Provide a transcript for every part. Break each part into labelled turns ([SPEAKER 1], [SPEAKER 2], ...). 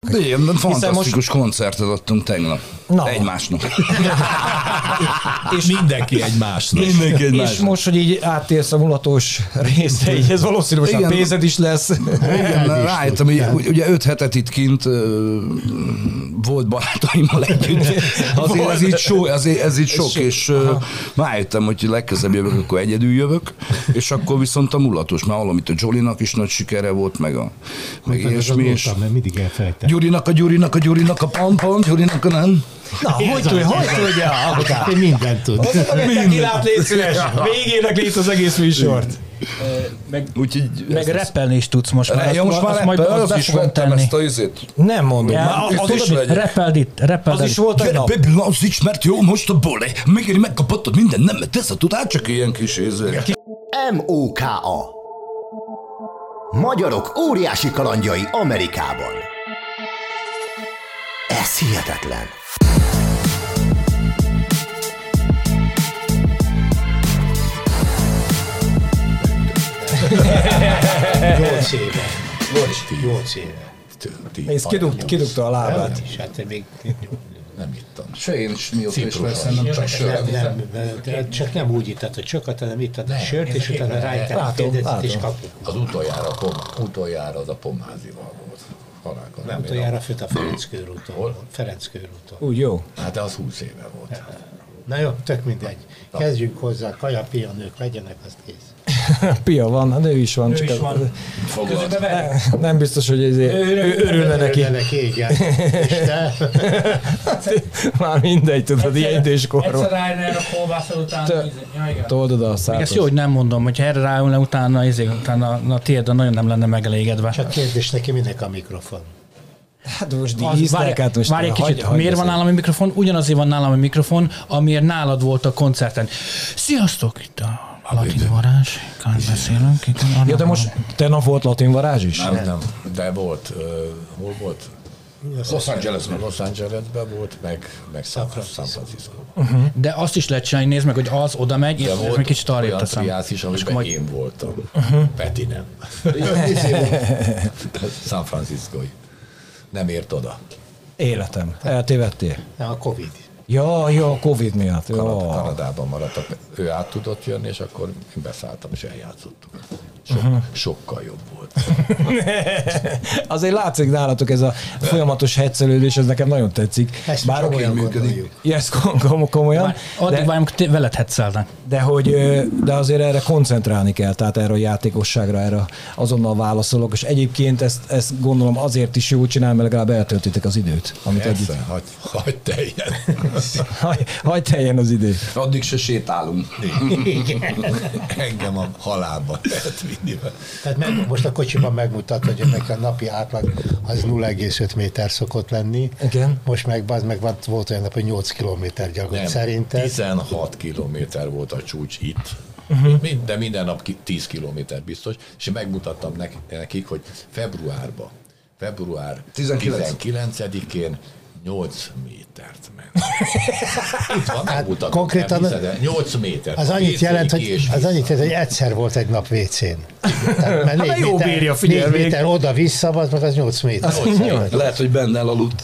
[SPEAKER 1] De ilyen fantasztikus koncertet adtunk tegnap. Egymásnak.
[SPEAKER 2] És mindenki egymásnak.
[SPEAKER 1] És
[SPEAKER 3] most, hogy így áttérsz a mulatós részre, így ez valószínűleg a pénzed is lesz.
[SPEAKER 1] Igen, rájöttem, hogy ugye 5 hetet itt kint volt barátaimmal együtt. Azért ez így sok, és rájöttem, hogy legközelebb jövök, akkor egyedül jövök, és akkor viszont a mulatos, már valamit a Jolinak is nagy sikere volt, meg ilyesmi.
[SPEAKER 4] Mert mindig elfelejtem.
[SPEAKER 1] Gyurinak a pam, Gyurinak a nem.
[SPEAKER 3] Na, hogy tudja?
[SPEAKER 4] Én mindent tud.
[SPEAKER 3] Mindenki lát, légy szíves. Végének légy az egész műsort.
[SPEAKER 5] Meg rappelni is tudsz most már.
[SPEAKER 1] Ja, most már rappel, az is vettem ezt a izét.
[SPEAKER 3] Nem mondom.
[SPEAKER 5] Rappeld itt.
[SPEAKER 3] Az is volt egy nap.
[SPEAKER 1] Baby, lazíts, mert jó most a bole. Megéri, megkapattad minden nemet, tesz a tudál, csak ilyen kis ézőre.
[SPEAKER 6] MOKA Magyarok óriási kalandjai Amerikában. Ez hihetetlen.
[SPEAKER 4] Nyolc éve.
[SPEAKER 3] Ez kidugta a lábát.
[SPEAKER 4] Hát még
[SPEAKER 2] nem ittam.
[SPEAKER 1] Se én is mióta is veszem, nem csak sört.
[SPEAKER 4] Csak nem úgy ittad a csokat, hanem ittad a sört, és utána rájtál a kérdezet, és kapjuk.
[SPEAKER 2] Az utoljára az a Pomházival volt.
[SPEAKER 4] Nem, utoljára főtt a Ferenc körúton. Ferenc körúton.
[SPEAKER 3] Úgy jó.
[SPEAKER 2] Hát de az 20 éve volt.
[SPEAKER 4] Na jó, tök mindegy. Kezdjünk hozzá, kaja, pia, nők legyenek, azt kész.
[SPEAKER 3] Pia van, a nő is van.
[SPEAKER 5] Ő is van.
[SPEAKER 3] Nem biztos, hogy örülne neki.
[SPEAKER 4] Igen. És te?
[SPEAKER 3] Már mindegy, tudod, ilyen időskorról.
[SPEAKER 5] Egyszer rájön erre a kolbászal után.
[SPEAKER 3] Toldod a szátot.
[SPEAKER 5] Ezt jó, hogy nem mondom, hogy erre rájön, utána a tiéd nagyon nem lenne megelégedve.
[SPEAKER 4] Csak kérdés neki, minek a mikrofon?
[SPEAKER 3] Hát most dísznek, hát most...
[SPEAKER 5] Várj egy kicsit, miért van nálam a mikrofon? Ugyanazért van nálam a mikrofon, amiért nálad volt a koncerten. Sziasztok, itt a latin varázs, beszélünk.
[SPEAKER 3] Ja, de most tegnap volt latin varázs is?
[SPEAKER 2] Nem, de volt. Hol volt?
[SPEAKER 1] Los Angelesben
[SPEAKER 2] volt, meg San Francisco.
[SPEAKER 5] De azt is lehet csinálni, nézd meg, hogy az oda megy, és még kicsit arrébb teszem.
[SPEAKER 2] De volt is, amiben én voltam. Peti nem. San Francisco-i. Nem ért oda.
[SPEAKER 3] Életem. Eltévedtél?
[SPEAKER 4] A Covid.
[SPEAKER 3] Ja, a Covid miatt.
[SPEAKER 2] Kanadában maradtak. Ő át tudott jönni, és akkor én beszálltam, és eljátszottuk. Sokkal jobb volt.
[SPEAKER 3] Azért látszik nálatok ez a folyamatos heccelődés, ez nekem nagyon tetszik.
[SPEAKER 4] Ezt bár olyan működik.
[SPEAKER 3] Ez komolyan.
[SPEAKER 5] Addig várjunk, veled heccelnek.
[SPEAKER 3] De azért erre koncentrálni kell, tehát erre a játékosságra, erre azonnal válaszolok, és egyébként ezt gondolom azért is jól csinál, mert legalább eltöltitek az időt. Amit
[SPEAKER 2] együtt. Hagyd teljen.
[SPEAKER 3] Hagy teljen az idő.
[SPEAKER 1] Addig se sétálunk.
[SPEAKER 2] Engem a halálba lehet vinni.
[SPEAKER 4] Tehát most a kocsiban megmutatod, hogy ennek a napi átlag az 0,5 méter szokott lenni.
[SPEAKER 3] Igen.
[SPEAKER 4] Most meg volt olyan nap, hogy 8 kilométer gyalogott szerinted.
[SPEAKER 2] 16 kilométer volt a csúcs itt. De minden nap 10 kilométer biztos, és én megmutattam nekik, hogy február 19-én 8 métert ment. Itt van, megmutatom.
[SPEAKER 4] Konkrétan
[SPEAKER 2] 8 méter.
[SPEAKER 4] Az annyit jelent, hogy egyszer volt egy nap WC-n.
[SPEAKER 3] Hát jó bírja, figyelj
[SPEAKER 4] 4 méter oda-vissza, meg az 8 méter.
[SPEAKER 1] Lehet, hogy benne elaludt.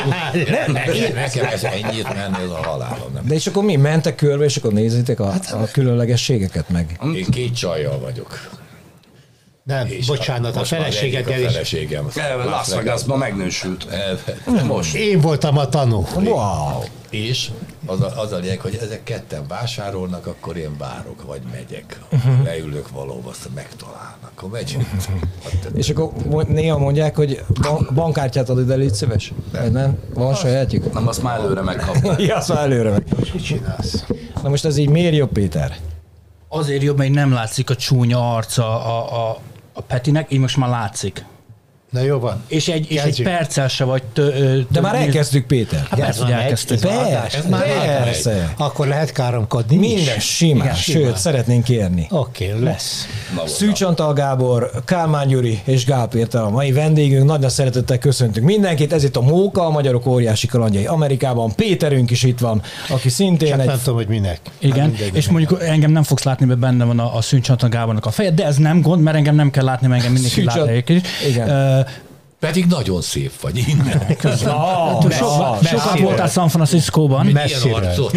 [SPEAKER 2] Nekem ez ennyit menni, ez a halálom.
[SPEAKER 3] De és akkor mi? Mentek körbe, és akkor nézzétek a különlegességeket meg?
[SPEAKER 2] Én 2 csajjal vagyok.
[SPEAKER 4] Nem, bocsánat, a feleségem.
[SPEAKER 1] Las Vegasban megnősült. Most.
[SPEAKER 4] Én voltam a tanú.
[SPEAKER 3] Wow.
[SPEAKER 2] És az a lényeg, hogy ezek ketten vásárolnak, akkor én várok, vagy megyek. Leülök valahova, azt megtalálnak, akkor megyünk.
[SPEAKER 3] És akkor néha mondják, hogy bankkártyát ad ide, légy szíves? Nem? Van sajátjuk?
[SPEAKER 1] Nem, azt már előre megkapták.
[SPEAKER 3] Ja, azt már előre meg.
[SPEAKER 4] Mit csinálsz?
[SPEAKER 3] Na most ez így miért jobb, Péter?
[SPEAKER 5] Azért jobb, mert nem látszik a csúnya arca a Petinek, így most már látszik.
[SPEAKER 4] Na jó van.
[SPEAKER 5] És egy perccel se vagy...
[SPEAKER 3] De már elkezdtük, Péter.
[SPEAKER 5] Hát persze, hogy elkezdtük.
[SPEAKER 3] Persze.
[SPEAKER 4] Akkor lehet káromkodni.
[SPEAKER 3] Minden simán, sőt, szeretnénk kérni.
[SPEAKER 4] Oké, lesz.
[SPEAKER 3] Szűcs Antal Gábor, Kálmán Gyuri és Gál Péter a mai vendégünk. Nagy szeretettel köszöntünk mindenkit. Ez itt a Móka, a Magyarok óriási kalandjai Amerikában. Péterünk is itt van, aki szintén
[SPEAKER 4] csak nem tudom, hogy minek.
[SPEAKER 5] Igen, és mondjuk engem nem fogsz látni, mert benne van a Szűcs Antal Gábornak a feje, de ez nem gond, mert engem nem kell látni, mert engem mindenki lát. Igen.
[SPEAKER 2] Pedig nagyon szép vagy innen.
[SPEAKER 5] Sokat voltál San Franciscóban.
[SPEAKER 2] Milyen arcot.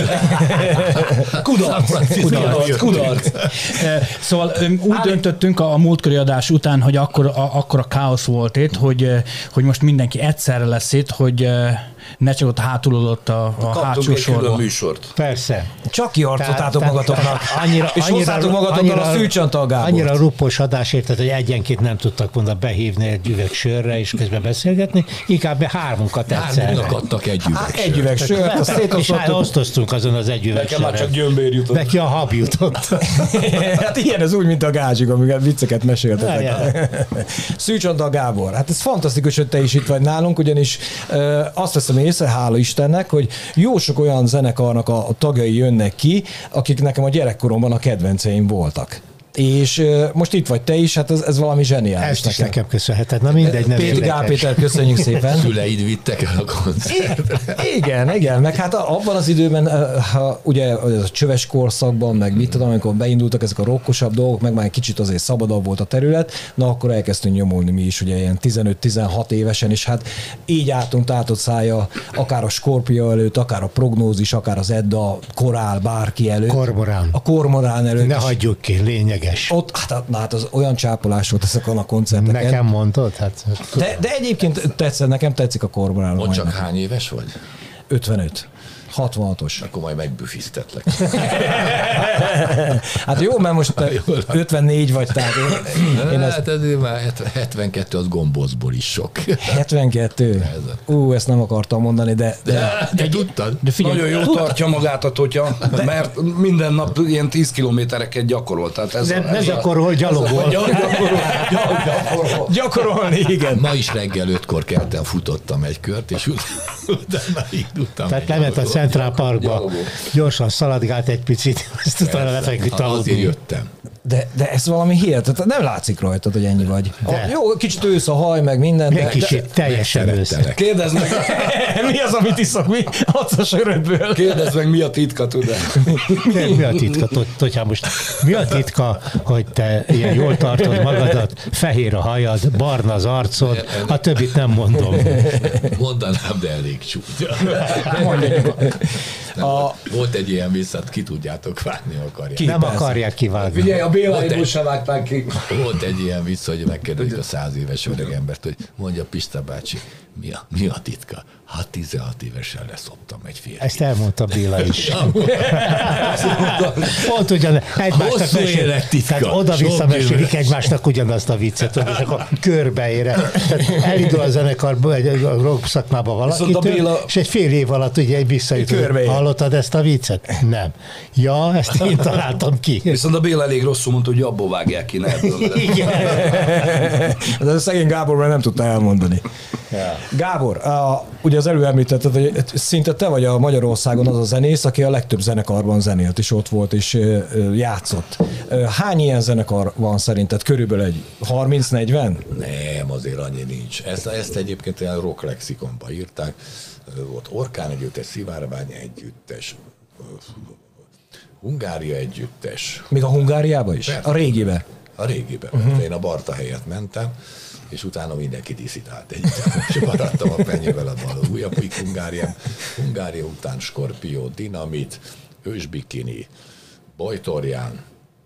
[SPEAKER 1] Kudarc.
[SPEAKER 5] Szóval úgy döntöttünk a múltkori adás után, hogy akkor a káosz volt itt, hogy most mindenki egyszerre lesz itt, hogy ne csak ott hátulodott a hátsó sorban.
[SPEAKER 1] Műsort.
[SPEAKER 4] Persze.
[SPEAKER 3] Csak kiarcoltátok magatoknak. És
[SPEAKER 4] annyira,
[SPEAKER 3] hozzátok magatokkal a Szűcs-Antal Gábort.
[SPEAKER 4] Annyira ruppos adás érted, hogy egyenként nem tudtak volna behívni egy üveg sörre és közben beszélgetni, inkább hármunkat egyszerre.
[SPEAKER 2] Hármunknak adtak egy üveg sört.
[SPEAKER 3] Egy üveg sört, azt
[SPEAKER 4] És
[SPEAKER 3] szétosztottuk.
[SPEAKER 4] osztoztunk azon az egy üveg
[SPEAKER 1] Nekem már csak
[SPEAKER 4] sörrel.
[SPEAKER 1] gyömbér jutott.
[SPEAKER 4] Neki a hab jutott.
[SPEAKER 3] Hát ilyen, ez úgy, mint a Gázsik, amiket vicceket meséltetek. Szűcs-Antal Gábor, hát ez fantasztikus, hogy te is itt vagy nálunk, ugyanis azt veszem észre, hála Istennek, hogy jó sok olyan zenekarnak a tagjai jönnek ki, akik nekem a gyerekkoromban a kedvenceim voltak. És most itt vagy te is, hát ez valami zseniális.
[SPEAKER 4] Ezt is nekem köszönheted. Na mindegy, nem
[SPEAKER 3] Péter Gál Péter, köszönjük szépen.
[SPEAKER 2] Szüleid vittek el a koncertre.
[SPEAKER 3] Igen, meg hát abban az időben, ugye a csöves korszakban, meg mit tudom, amikor beindultak ezek a rockosabb dolgok, meg már egy kicsit azért szabadabb volt a terület, na akkor elkezdtünk nyomulni mi is, ugye ilyen 15-16 évesen, és hát így álltunk tátott szája, akár a Scorpio előtt, akár a Prognózis, akár az Edda, Korál, bárki előtt.
[SPEAKER 4] Kormorán.
[SPEAKER 3] A Kormorán előtt.
[SPEAKER 4] Ne hagyjuk ki, lényeges.
[SPEAKER 3] Ott, hát az olyan csápolás volt ezeken a koncerteken.
[SPEAKER 4] Nekem mondod? Hát,
[SPEAKER 3] De egyébként nekem tetszik a Kormorán.
[SPEAKER 2] Mondd csak, hány éves vagy?
[SPEAKER 3] 55. 66-os.
[SPEAKER 2] Akkor majd megbüfisztetlek.
[SPEAKER 3] Hát jó, mert most 54 vagy, tehát én ezt...
[SPEAKER 2] Hát ezért már 72 az gombócból is sok.
[SPEAKER 3] 72? Ezt nem akartam mondani, de
[SPEAKER 2] Tudtad?
[SPEAKER 5] De figyelj,
[SPEAKER 1] Nagyon jól tartja magát a totya, mert minden nap ilyen 10 kilométereket gyakorol. Tehát ez
[SPEAKER 4] nem gyakorol, gyalogol.
[SPEAKER 3] Gyakorolni, igen.
[SPEAKER 2] Ma is reggel 5-kor keltem, futottam egy kört, és utána indultam.
[SPEAKER 4] Tehát lement a Central Parkba,
[SPEAKER 2] Gyalogol.
[SPEAKER 4] gyorsan szaladgált egy picit, azt utána lefeküdt
[SPEAKER 2] Azért
[SPEAKER 4] aludni.
[SPEAKER 2] jöttem.
[SPEAKER 3] De ez valami hihetetlen, nem látszik rajtad, hogy ennyi vagy.
[SPEAKER 4] De.
[SPEAKER 3] Jó, kicsit ősz a haj, meg minden,
[SPEAKER 4] Egy kicsit teljesen ősz.
[SPEAKER 2] Szerettelek.
[SPEAKER 1] Kérdezd meg,
[SPEAKER 3] mi az, amit iszok, mi? Adsz a sörödből.
[SPEAKER 1] kérdezd meg, mi a titka, tudod?
[SPEAKER 4] Mi a titka, Totyám, most mi a titka, hogy te ilyen jól tartod magadat, fehér a hajad, barna az arcod, a többit nem mondom.
[SPEAKER 2] Mondanám, de elég csúnya. Volt egy ilyen visszat, ki tudjátok vágni, akarják.
[SPEAKER 4] Nem akarják kivágni.
[SPEAKER 1] Figyelj, a Béláiból se vágták ki.
[SPEAKER 2] Volt egy ilyen vicc, hogy megkérdezik a 100 éves öregembert, hogy mondja Pista bácsi, mi a titka? Hát 16 évesen leszoptam egy férfit.
[SPEAKER 4] Ezt elmondta Béla is. Pont ugyan egymásnak
[SPEAKER 2] Hosszú
[SPEAKER 4] mesél,
[SPEAKER 2] élettitka.
[SPEAKER 4] tehát oda-vissza
[SPEAKER 2] Sok
[SPEAKER 4] mesélik
[SPEAKER 2] éves.
[SPEAKER 4] egymásnak ugyanazt a viccet, és akkor körbeére. Tehát elindul a zenekarba, a rock szakmába
[SPEAKER 1] Viszont a
[SPEAKER 4] valakitől,
[SPEAKER 1] Béla-
[SPEAKER 4] és egy fél év alatt ugye visszajut.
[SPEAKER 3] Körbeér.
[SPEAKER 4] Hallottad ezt a viccet? Nem. Ja, ezt én találtam ki.
[SPEAKER 1] Viszont a Béla elég rosszul mondta, hogy abból vágják ki, ne ebből.
[SPEAKER 4] Igen.
[SPEAKER 3] De a szegény Gábor már nem tudta elmondani. Gábor, ugye az előbb említetted, hogy szinte te vagy a Magyarországon az a zenész, aki a legtöbb zenekarban zenélt, és ott volt, és játszott. Hány ilyen zenekar van szerinted? Körülbelül egy 30-40?
[SPEAKER 2] Nem, azért annyi nincs. Ezt egyébként ilyen rock lexikonba írták. Volt Orkán együttes, Szivárvány együttes, Hungária együttes.
[SPEAKER 3] Még a Hungáriába is?
[SPEAKER 2] Persze.
[SPEAKER 3] A régibe?
[SPEAKER 2] A régiben. Én a Barta helyett mentem, és utána mindenki diszidált együtt. És maradtam a penyővel a bal újabb Hungária. Hungária után Scorpio, Dinamit, Ősbikini, Bojtorján,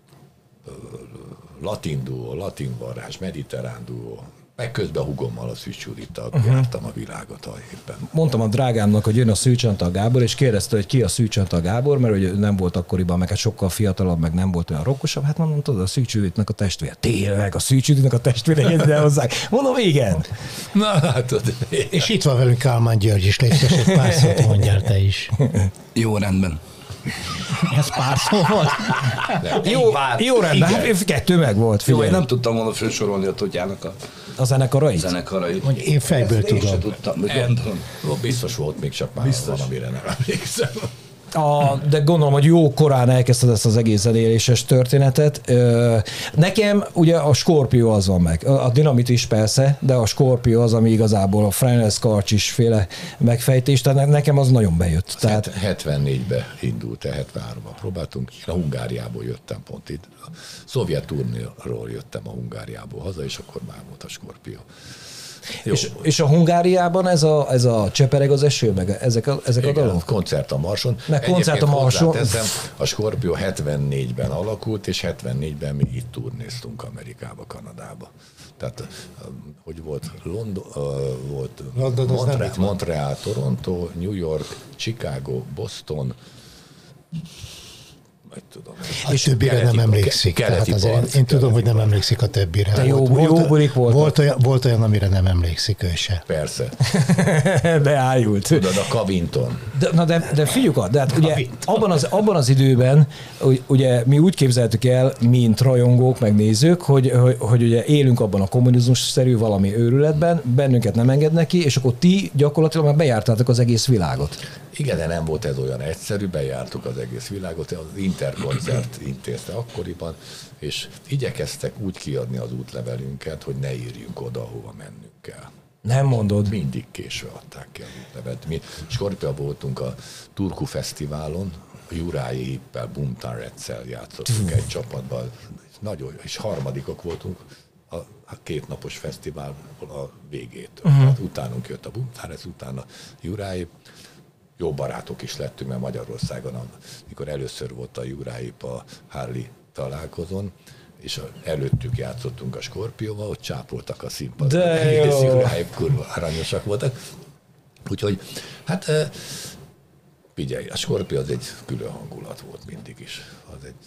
[SPEAKER 2] Latin duó, Latin varázs, Mediterrán duó, meg közben hugommal a Szűcs Judittal jártam a világot éppen.
[SPEAKER 3] Mondtam a drágámnak, hogy jön a Szűcs-Antal Gábor, és kérdezte, hogy ki a Szűcs-Antal Gábor, mert hogy nem volt akkoriban, meg hát sokkal fiatalabb, meg nem volt olyan rokkosabb. Hát mondom, tudod, a Szűcs Juditnak a testvére. Tényleg, a Szűcs Juditnak a testvére ide hozzák. Mondom, igen.
[SPEAKER 2] Na látod,
[SPEAKER 4] És itt van velünk Kálmán György is, légy szíves, egy pár szót mondjál te is.
[SPEAKER 1] Jó, rendben.
[SPEAKER 5] ez pár szó volt.
[SPEAKER 3] Jó rendben, hát 2 meg volt,
[SPEAKER 1] Jó,
[SPEAKER 3] figyelj.
[SPEAKER 1] én nem tudtam volna felsorolni a Totyának a
[SPEAKER 3] A zenekarait?
[SPEAKER 1] zenekarait.
[SPEAKER 4] Én fejből
[SPEAKER 1] Én sem
[SPEAKER 4] tudom.
[SPEAKER 1] tudtam, de gondolom.
[SPEAKER 2] biztos volt még, csak már valamire nem emlékszem.
[SPEAKER 3] De gondolom, hogy jó korán elkezdted ezt az egész zenéléses történetet. Nekem ugye a Scorpio az van meg. A Dinamit is persze, de a Scorpio az, ami igazából a Frenes Karcsis féle megfejtés, tehát nekem az nagyon bejött. Tehát
[SPEAKER 2] 74-ben indult, 73-ban próbáltunk. Én a Hungáriából jöttem pont itt. A szovjet turnéról jöttem a Hungáriából haza, és akkor már volt a Scorpio.
[SPEAKER 3] És a Hungáriában ez a csepereg az eső, meg ezek a dolgok?
[SPEAKER 2] Koncert a Marson.
[SPEAKER 3] Meg koncert a Marson.
[SPEAKER 2] A Scorpio 74-ben alakult, és 74-ben mi itt turnéztunk Amerikába, Kanadába. Tehát, hogy volt Montreal, Toronto, New York, Chicago, Boston, vagy tudom.
[SPEAKER 4] A többire nem emlékszik. Tehát azért én tudom, hogy nem emlékszik a többire.
[SPEAKER 3] De jó bulik
[SPEAKER 4] volt olyan, amire nem emlékszik ő se.
[SPEAKER 2] Persze.
[SPEAKER 3] Beájult.
[SPEAKER 2] Tudod, a Covington.
[SPEAKER 3] De figyelj, de hát ugye abban az időben ugye mi úgy képzeltük el, mint rajongók, meg nézők, hogy ugye élünk abban a kommunizmus-szerű valami őrületben, bennünket nem engednek ki, és akkor ti gyakorlatilag már bejártátok az egész világot.
[SPEAKER 2] Igen, de nem volt ez olyan egyszerű, bejártuk az egész világot, az Interkoncert intézte akkoriban, és igyekeztek úgy kiadni az útlevelünket, hogy ne írjunk oda, ahova mennünk kell.
[SPEAKER 3] Nem mondod.
[SPEAKER 2] Mindig késve adták ki az útlevelet. Mi Skorpia voltunk a Turku Fesztiválon, a Jurái Hippel, Bumtan Redszel játszottunk egy csapatban, nagyon, és harmadikok voltunk a 2 napos fesztivál a végétől. Hát utánunk jött a Bumtan Redsz, utána Jurái. Jó barátok is lettünk, mert Magyarországon, amikor először volt a Jurái a Harley találkozón, és előttük játszottunk a Skorpióval, ott csápoltak a színpadon.
[SPEAKER 3] De jó!
[SPEAKER 2] Jurái kurva aranyosak voltak. Úgyhogy, hát figyelj, a Skorpió az egy külön hangulat volt mindig is. Az egy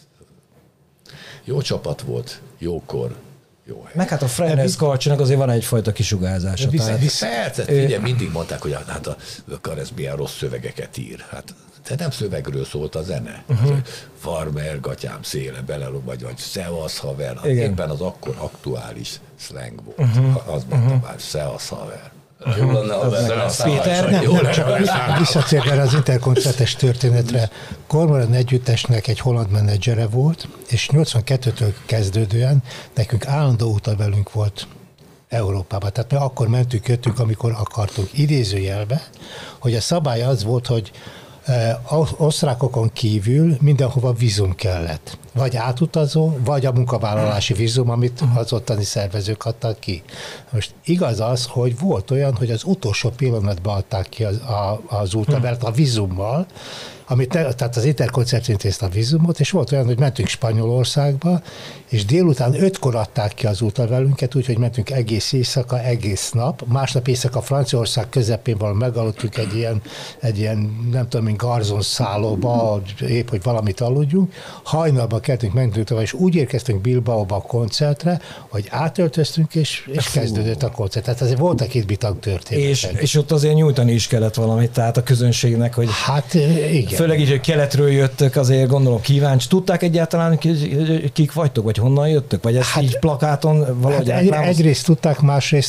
[SPEAKER 2] jó csapat volt, jókor, jó hely.
[SPEAKER 3] Meg hát a Frenesz Karcsinak azért van egyfajta kisugárzása.
[SPEAKER 2] Persze, figyelj, mindig mondták, hogy hát a Karesz milyen rossz szövegeket ír. Hát de nem szövegről szólt a zene. Farmer, gatyám, széle, belelog, vagy szevasz haver. Éppen az akkor aktuális slang volt. Az mondta már, szevasz haver. Jó lenne, ha
[SPEAKER 4] Péter, visszatérve az interkoncertes történetre, Cormoran együttesnek egy holland menedzsere volt, és 82-től kezdődően nekünk állandó útlevelünk volt Európába. Tehát mi akkor mentünk, jöttünk, amikor akartunk, idézőjelbe, hogy a szabály az volt, hogy osztrákokon kívül mindenhova vízum kellett. Vagy átutazó, vagy a munkavállalási vízum, amit az ottani szervezők adtak ki. Most igaz az, hogy volt olyan, hogy az utolsó pillanatban adták ki az útlevelet a vízummal, tehát az Interkoncert intézte a vízumot, és volt olyan, hogy mentünk Spanyolországba, és délután 5-kor adták ki az útlevelünket, úgyhogy mentünk egész éjszaka, egész nap. Másnap éjszaka Franciaország közepén valami megaludtunk egy ilyen nem tudom, mint garzonszállóba, épp, hogy valamit aludjunk. Hajnalban keltünk, mentünk tovább, és úgy érkeztünk Bilbaóba a koncertre, hogy átöltöztünk, és kezdődött a koncert. Tehát azért voltak itt bitag történetek.
[SPEAKER 3] És ott azért nyújtani is kellett valamit, tehát a közönségnek, hogy...
[SPEAKER 4] Hát igen.
[SPEAKER 3] Főleg így, hogy keletről jöttök, azért gondolom kíváncsi. Tudták egyáltalán, kik vagytok, vagy honnan jöttök? Vagy ezt így plakáton valahogy
[SPEAKER 4] egyrészt tudták, másrészt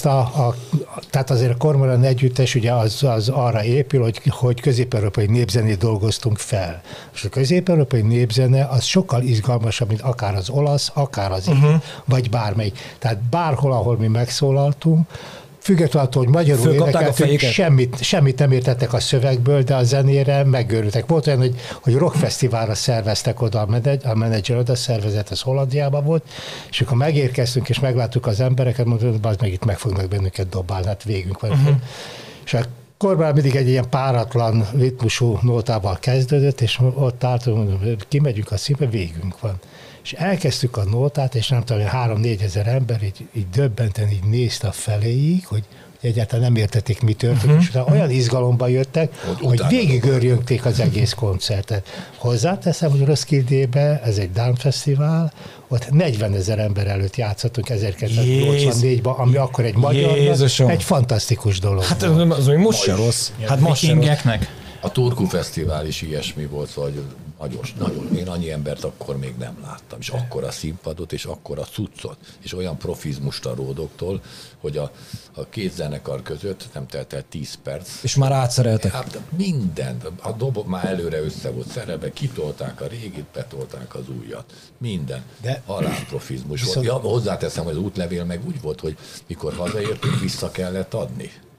[SPEAKER 4] tehát azért a Cormoran együttes ugye az arra épül, hogy közép-európai népzenét dolgoztunk fel. És a közép-európai népzene az sokkal izgalmasabb, mint akár az olasz, akár az vagy bármelyik. Tehát bárhol, ahol mi megszólaltunk, függetlenül attól, hogy magyarul énekeltünk, semmit nem értettek a szövegből, de a zenére megőrültek. Volt olyan, hogy rockfesztiválra szerveztek oda a menedzser, oda szervezett, ez Hollandiában volt, és akkor megérkeztünk, és megláttuk az embereket, mondtuk, hogy meg itt meg fognak bennünket dobálni, hát végünk van. És akkor már mindig egy ilyen páratlan ritmusú nótával kezdődött, és ott álltunk, mondom, kimegyünk a színbe, végünk van. És elkezdtük a nótát, és nem tudom, 3-4 ezer ember így döbbenten így nézte a feléig, hogy egyáltalán nem értették, mi történik, és olyan izgalomba jöttek, hogy végigörjöngték az egész koncertet. Hozzáteszem, hogy Roskilde-be, ez egy Dánfesztivál, ott 40 000 ember előtt játszottunk 1984-ban, ami akkor egy magyar, egy fantasztikus dolog.
[SPEAKER 3] Hát az még most se rossz. Hát most se.
[SPEAKER 2] A Turku Fesztivál is ilyesmi volt, hogy nagyon. Én annyi embert akkor még nem láttam, és akkor a színpadot, és akkor a cuccot, és olyan profizmust a Ródoktól, hogy a két zenekar között nem telt el 10 perc.
[SPEAKER 3] És már átszereltek.
[SPEAKER 2] Hát minden. A dobok már előre össze volt szerelve, kitolták a régit, betolták az újat. Minden. De halálprofizmus volt. Ja, hozzáteszem, hogy az útlevél meg úgy volt, hogy mikor hazaértünk, vissza kellett adni.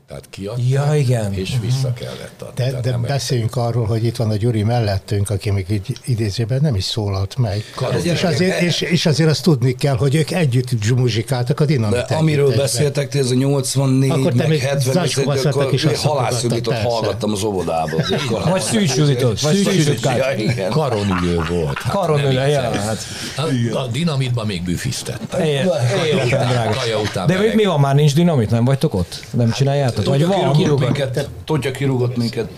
[SPEAKER 2] Tehát kiadták,
[SPEAKER 3] igen.
[SPEAKER 2] és vissza kellett adni.
[SPEAKER 4] De beszéljünk arról, hogy itt van a Gyuri mellettünk, aki még így idézőben nem is szólalt meg. És azért azt tudni kell, hogy ők együtt muzsikáltak a Dinamit.
[SPEAKER 1] De amiről beszéltek, ez a 84,
[SPEAKER 4] akkor te
[SPEAKER 1] meg 70, akkor halászjuditot hallgattam az óvodába.
[SPEAKER 3] Vagy szűcsjuditot.
[SPEAKER 2] Karonülő volt.
[SPEAKER 3] Karonülő, ja.
[SPEAKER 2] A Dinamitban még büfisztettek.
[SPEAKER 3] Életem drága.
[SPEAKER 2] Kaja után
[SPEAKER 3] De mi van, már nincs Dinamit? Nem vagytok ott? Nem csináljátok? Vagy van?
[SPEAKER 1] Totya kirúgott minket.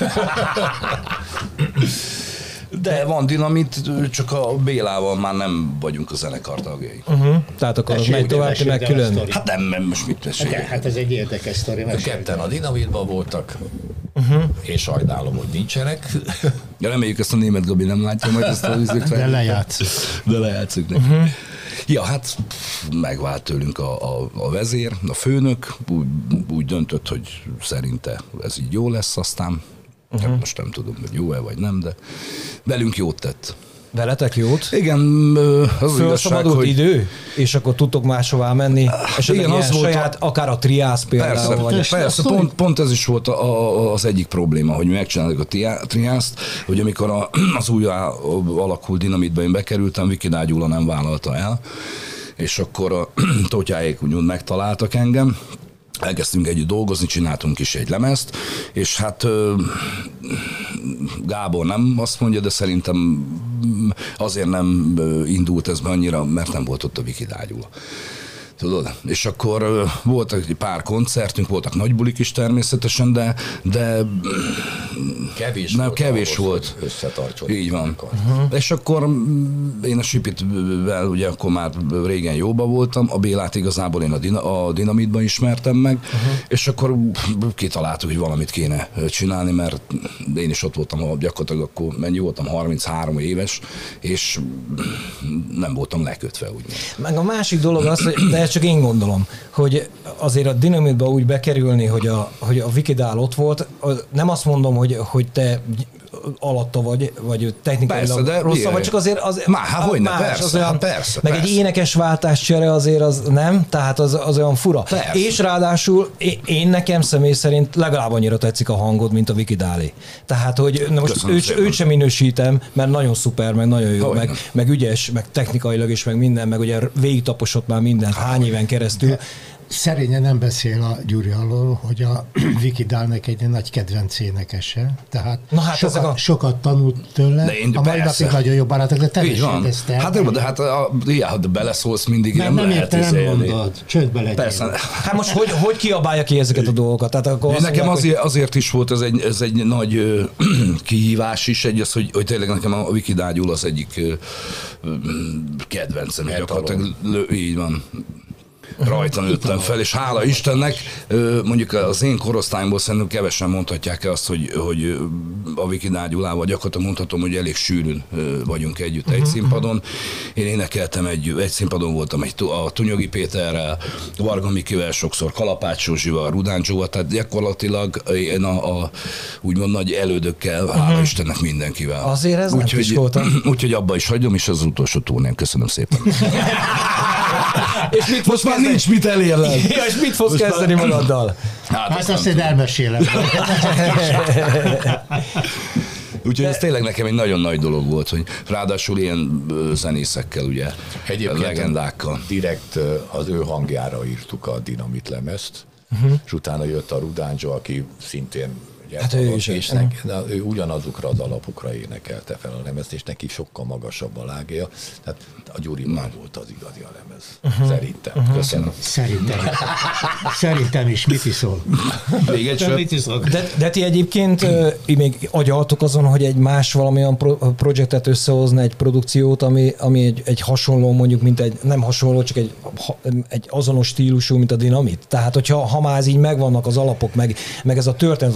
[SPEAKER 1] De van Dinamit, csak a Bélával már nem vagyunk a zenekar tagjai.
[SPEAKER 3] Tehát akkor az megy tovább, meg külön.
[SPEAKER 1] Hát nem, most mit mesélj?
[SPEAKER 4] Hát ez egy érdekes sztori.
[SPEAKER 2] Ketten a Dinamitban voltak, én sajnálom, hogy nincsenek.
[SPEAKER 1] Ja, reméljük, ezt a német Gabi nem látja majd ezt a vizet.
[SPEAKER 4] De lejátsz.
[SPEAKER 1] De lejátszunk neki. Ja, hát megvált tőlünk a vezér, a főnök, úgy döntött, hogy szerinte ez így jó lesz, aztán most nem tudom, hogy jó-e vagy nem, de velünk jót tett.
[SPEAKER 3] Veletek jót?
[SPEAKER 1] Igen, az
[SPEAKER 3] fölszabadult
[SPEAKER 1] hogy...
[SPEAKER 3] idő, és akkor tudtok máshová menni, és igen, az volt saját, akár a triász például.
[SPEAKER 1] Persze, pont ez is volt az egyik probléma, hogy mi megcsináljuk a triászt, hogy amikor az új alakult Dinamitba én bekerültem, Viki Gyula nem vállalta el, és akkor a Totyáék úgymond megtaláltak engem, elkezdtünk együtt dolgozni, csináltunk is egy lemezt, és hát Gábor nem azt mondja, de szerintem azért nem indult ez be annyira, mert nem volt ott a Viki Gyula. Tudod? És akkor voltak egy pár koncertünk, voltak nagy bulik is természetesen, de kevés volt.
[SPEAKER 2] Összetartsott.
[SPEAKER 1] Így van. És akkor én a Sipitvel ugye akkor már régen jóba voltam, a Bélát igazából én a Dinamitban ismertem meg, és akkor kitaláltuk, hogy valamit kéne csinálni, mert én is ott voltam, gyakorlatilag akkor mennyi voltam, 33 éves, és nem voltam lekötve, úgymond.
[SPEAKER 3] Meg a másik dolog az, hogy de csak én gondolom, hogy azért a Dinamitba úgy bekerülni, hogy a Viki Dál ott volt, nem azt mondom, hogy te alatta vagy technikailag rosszabb, vagy csak azért az
[SPEAKER 1] persze.
[SPEAKER 3] Meg egy énekesváltás csere azért az nem, tehát az olyan fura.
[SPEAKER 1] Persze.
[SPEAKER 3] És ráadásul én nekem személy szerint legalább annyira tetszik a hangod, mint a Viki Dálé. Tehát, hogy most őt sem minősítem, mert nagyon szuper, meg nagyon jó, meg ügyes, meg technikailag is, meg minden, meg ugye végigtaposott már mindent hány éven keresztül.
[SPEAKER 4] Szerényen nem beszél a Gyuri arról, hogy a Viki Dálnek egy nagy kedvenc énekese, tehát sokat tanult tőle, a mai napig nagyon jó barátok, de te is ezt el.
[SPEAKER 1] Hát jó, de hát beleszólsz mindig, nem lehet
[SPEAKER 4] nem mondod, csődbe legyél.
[SPEAKER 1] Persze.
[SPEAKER 3] Hát most hogy kiabálja ki ezeket a dolgokat? Tehát akkor
[SPEAKER 1] nekem azért is volt ez egy nagy kihívás is, hogy tényleg nekem a Viki Gyula az egyik kedvencem. Így van. Rajta nőttem fel, és hála Istennek, mondjuk az én korosztályomból szerintem kevesen mondhatják azt, hogy a Viki Gyulával gyakorlatilag mondhatom, hogy elég sűrűn vagyunk együtt egy színpadon. Én énekeltem egy színpadon voltam a Tunyogi Péterrel, Varga Mikivel, sokszor Kalapács Zsuzsival, Rudán Zsóval, tehát gyakorlatilag én a úgymond nagy elődökkel, hála Istennek mindenkivel.
[SPEAKER 3] Azért ez nem is voltam.
[SPEAKER 1] Úgyhogy abba is hagyom, és az utolsó turnén. Köszönöm szépen.
[SPEAKER 3] És mit most
[SPEAKER 1] már nincs mit elérlek.
[SPEAKER 3] Ja, és mit fogsz kezdeni magaddal?
[SPEAKER 4] Hát azt én elmesélem.
[SPEAKER 1] Úgyhogy ez tényleg nekem egy nagyon nagy dolog volt, hogy ráadásul ilyen zenészekkel, ugye,
[SPEAKER 2] egyébként
[SPEAKER 1] legendákkal.
[SPEAKER 2] Direkt az ő hangjára írtuk a Dinamit lemezt, és utána jött a Rudánzsó, aki szintén ő ugyanazokra az alapokra énekelte fel a lemezt, és neki sokkal magasabb a lágja. Tehát a Gyuri már volt az igazi a lemez. Szerintem. Köszönöm.
[SPEAKER 4] Szerintem is. Mit iszol?
[SPEAKER 1] Még egy
[SPEAKER 3] De ti egyébként még agyaltok azon, hogy egy más valamilyen projektet összehozni, egy produkciót, ami egy hasonló, mondjuk, mint egy, nem hasonló, csak egy azonos stílusú, mint a Dinamit. Tehát, hogyha már így megvannak az alapok, meg ez a történet, vagy Magyarország,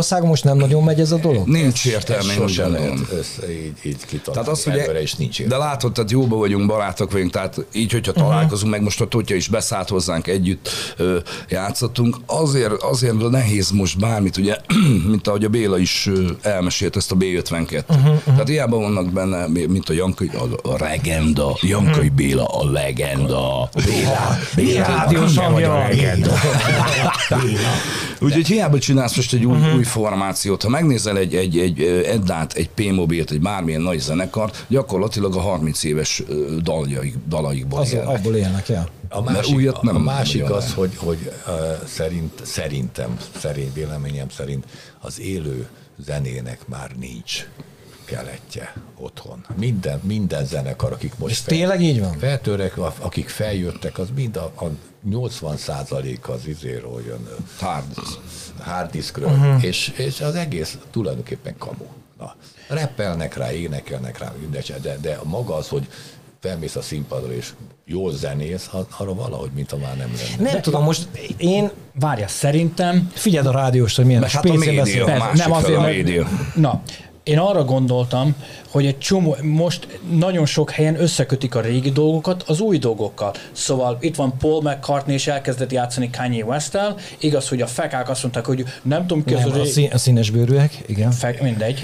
[SPEAKER 3] Magyarországon most nem nagyon megy ez a dolog?
[SPEAKER 1] Nincs értelme,
[SPEAKER 2] sosem lehet így kitalálni. Tehát
[SPEAKER 1] az, ugye,
[SPEAKER 2] is nincs értelme.
[SPEAKER 1] De látod, tehát jóba vagyunk, barátok vagyunk, tehát így, hogyha találkozunk, meg most a Totya is beszállt hozzánk, együtt játszottunk, azért nehéz most bármit, ugye, mint ahogy a Béla is elmesélt ezt a B52. Tehát hiába vannak benne, mint a Jankai, a legenda, Jankai Béla a legenda. Béla
[SPEAKER 3] rádiós hangja a legenda.
[SPEAKER 1] Úgyhogy hiába csinálsz most egy új formációt, ha megnézel egy Eddát, egy P-mobilt, egy bármilyen nagy zenekart, gyakorlatilag a 30 éves dalaikból élnek.
[SPEAKER 3] Abból élnek, ja.
[SPEAKER 2] A másik az, hogy szerintem, véleményem szerint az élő zenének már nincs keletje otthon. Minden zenekar, akik most
[SPEAKER 3] tényleg így van?
[SPEAKER 2] feltörek, akik feljöttek, az mind a 80% az izéről jön. Hard diskről. És az egész tulajdonképpen kamu. Rappelnek rá, énekelnek rá, de maga az, hogy felmész a színpadra és jól zenész, arra valahogy, mint ha már nem lenne.
[SPEAKER 3] Nem tudom, most várja, szerintem, figyeld a rádiós, hogy milyen
[SPEAKER 1] spécén beszél. Nem azért,
[SPEAKER 5] na, én arra gondoltam, hogy egy csomó, most nagyon sok helyen összekötik a régi dolgokat az új dolgokkal. Szóval itt van Paul McCartney, és elkezdett játszani Kanye West-tel. Igaz, hogy a fekák azt mondták, hogy nem tudom ki
[SPEAKER 3] a színes bőrűek, igen.
[SPEAKER 5] Mindegy.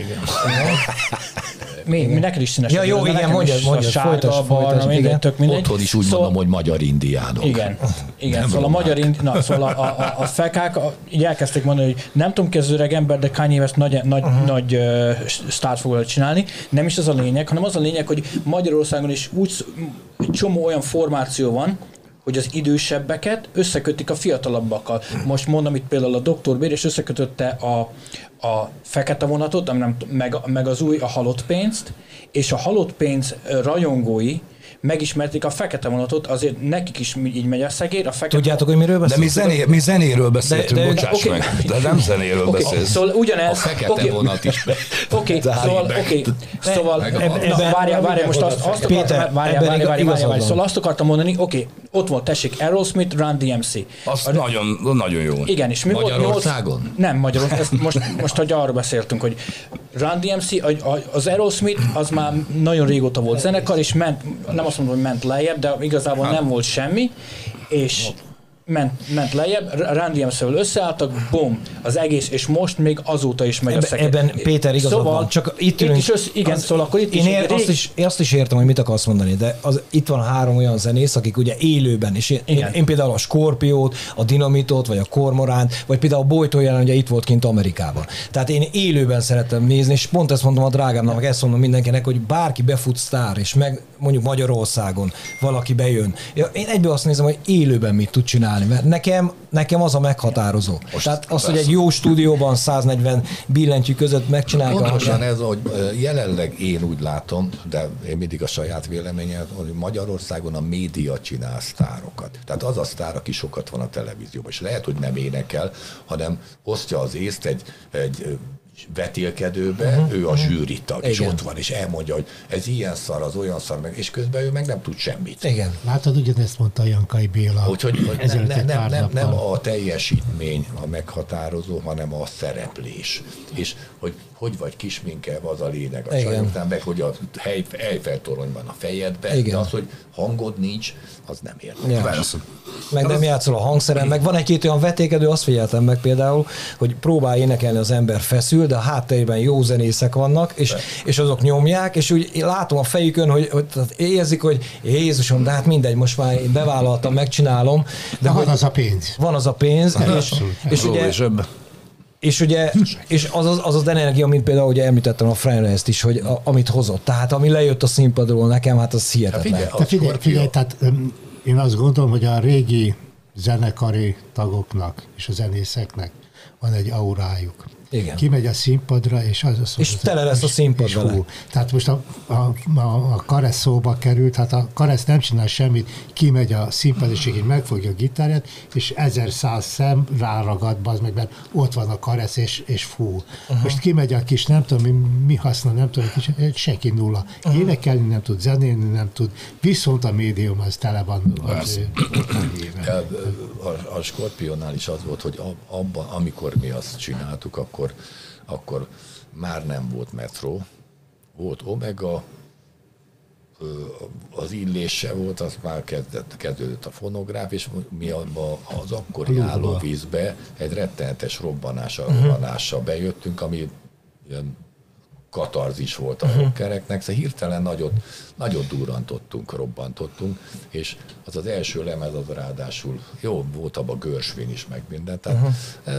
[SPEAKER 5] Mi neked is színes.
[SPEAKER 3] Ja, jó, igen, mondjad,
[SPEAKER 5] sárga, barna, minden, tök mindegy.
[SPEAKER 2] Otthon is úgy mondom, hogy magyar indiánok.
[SPEAKER 5] Igen. Szóval a magyar szóval a fekák így elkezdték mondani, hogy nem tudom ki az öreg ember, de Kanye West nagy sztárt fog csinálni. Nem is az a lényeg, hanem az a lényeg, hogy Magyarországon is úgy egy csomó olyan formáció van, hogy az idősebbeket összekötik a fiatalabbakkal. Most mondom itt például a Dr. Bér, és összekötötte a fekete vonatot, meg az új, a halott pénzt, és a halott pénz rajongói megismerték a fekete vonatot, azért nekik is így megy a szegér.
[SPEAKER 3] Tudjátok, hogy miről beszélünk?
[SPEAKER 1] De mi zenéről beszéltünk, bocsáss meg. De nem zenéről beszélsz.
[SPEAKER 5] Szóval ugyanez.
[SPEAKER 2] A fekete vonat is.
[SPEAKER 5] Szóval várjál, most azt akartam mondani, ott volt, tessék, Aerosmith, Run DMC.
[SPEAKER 1] Az nagyon jó.
[SPEAKER 5] Igen, és mi
[SPEAKER 2] Magyarországon?
[SPEAKER 5] Nem, Magyarországon. Most hogy arról beszéltünk, hogy Run DMC, az Aerosmith, az már nagyon régóta volt zenekar, és nem azt mondom, hogy ment lejjebb, de igazából nem volt semmi, és ment lejjebb, Run DMC-vel összeálltak, bum, az egész, és most még azóta is megy a szekét.
[SPEAKER 3] Ebben Péter igazad
[SPEAKER 5] szóval,
[SPEAKER 3] van, csak itt ülünk.
[SPEAKER 5] Szóval akkor itt
[SPEAKER 3] én azt is értem, hogy mit akarsz mondani, de itt van 3 olyan zenész, akik ugye élőben, és én például a Skorpiót, a Dinamitot, vagy a Kormoránt, vagy például a Bojtó jelen, ugye itt volt kint Amerikában. Tehát én élőben szeretem nézni, és pont ezt mondom a drágámnak, meg ezt mondom mindenkinek, hogy bárki befut sztár, és meg mondjuk Magyarországon valaki bejön. Én egyből azt nézem, hogy élőben mit tud csinálni, mert nekem az a meghatározó. Tehát az, hogy egy jó stúdióban 140 billentyű között megcsinálják.
[SPEAKER 2] Pontosan ez, hogy jelenleg én úgy látom, de én mindig a saját véleményem, hogy Magyarországon a média csinál sztárokat. Tehát az a sztár, aki sokat van a televízióban, és lehet, hogy nem énekel, hanem osztja az észt egy vetélkedőbe, ő a zsűritag, és ott van, és elmondja, hogy ez ilyen szar, az olyan szar, meg, és közben ő meg nem tud semmit.
[SPEAKER 4] Igen. Látod, ugyanezt mondta Jankai Béla.
[SPEAKER 2] Úgyhogy nem a teljesítmény a meghatározó, hanem a szereplés. És hogy vagy kisminkelve, az a lényeg. A csajoknál meg, hogy a Eiffel-torony van a fejedben, de az, hogy hangod nincs, az nem érdekes.
[SPEAKER 3] Meg nem játszol a hangszeren, meg van egy-két olyan vetélkedő, azt figyeltem meg például, hogy próbál énekelni az ember feszül, de a háttérben jó zenészek vannak, és azok nyomják, és úgy látom a fejükön, hogy érzik, hogy Jézusom, de hát mindegy, most már én bevállaltam, megcsinálom. De
[SPEAKER 4] van az a pénz.
[SPEAKER 3] Van az a pénz, és ugye az energia, mint például, ugye említettem a Friendless-t is, hogy amit hozott. Tehát ami lejött a színpadról nekem, hát az hihetetlen.
[SPEAKER 4] Figyelj, tehát én azt gondolom, hogy a régi zenekari tagoknak és a zenészeknek van egy aurájuk.
[SPEAKER 3] Igen.
[SPEAKER 4] Kimegy a színpadra, és
[SPEAKER 3] és tele lesz a színpad vele.
[SPEAKER 4] Tehát most a Karesz szóba került, hát a Karesz nem csinál semmit, kimegy a színpad, és így megfogja a gitárját, és 1100 szem ráragad, bazd meg, mert ott van a Karesz, és fúl. Most kimegy a kis, nem tudom, mi haszna, nem tudom, senki nulla. Énekelni nem tud, zenélni nem tud, viszont a médium az tele van.
[SPEAKER 2] A Skorpiónál is az volt, hogy abban, amikor mi azt csináltuk, akkor akkor már nem volt metró, volt Omega, az illése volt, az már kezdődött a fonográf, és mi az akkori állóvízbe egy rettenetes robbanással bejöttünk, ami ilyen katarzis volt a rockereknek, szóval hirtelen nagyot durrantottunk, robbantottunk, és az első lemez az ráadásul jó volt, abban Gershwin is, meg minden, tehát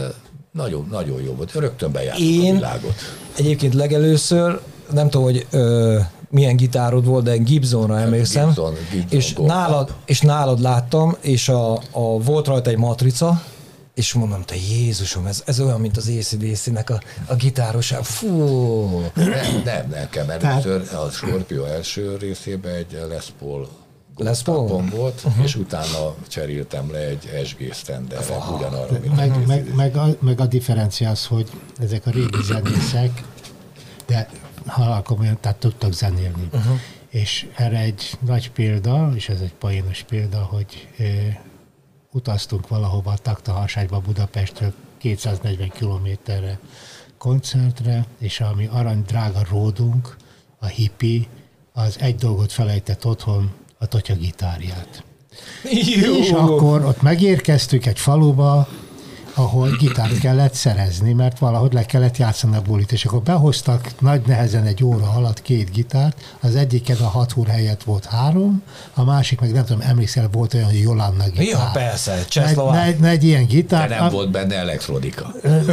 [SPEAKER 2] nagyon jó volt, rögtön bejártuk a világot.
[SPEAKER 3] Egyébként legelőször, nem tudom, hogy milyen gitárod volt, de Gibsonra emlékszem, Gibson és nálad láttam, és volt rajta egy matrica, és mondom, te Jézusom, ez olyan, mint az AC/DC-nek a gitároság. Fú!
[SPEAKER 2] Nem, nekem először a Scorpio első részében egy Les Paul volt, és utána cseréltem le egy SG Standerre, ugyanarra, mint
[SPEAKER 4] meg a differencia az, hogy ezek a régi zenészek, de halálkomolyan, tehát tudtak zenélni. És erre egy nagy példa, és ez egy poénos példa, hogy utaztunk valahova a Taktaharságyba Budapestről 240 kilométerre koncertre, és ami arany drága ródunk, a hippi, az egy dolgot felejtett otthon, a Totya gitárját. És akkor ott megérkeztük egy faluba, ahol gitárt kellett szerezni, mert valahogy le kellett játszani a bulit, és akkor behoztak nagy nehezen egy óra alatt 2 gitárt, az egyiken a 6 húr helyett volt 3, a másik meg nem tudom, emlékszel, volt olyan Jolanna gitár.
[SPEAKER 3] Ja, persze, Csehszlovák.
[SPEAKER 4] Egy ilyen gitár.
[SPEAKER 2] De nem volt benne elektrodika.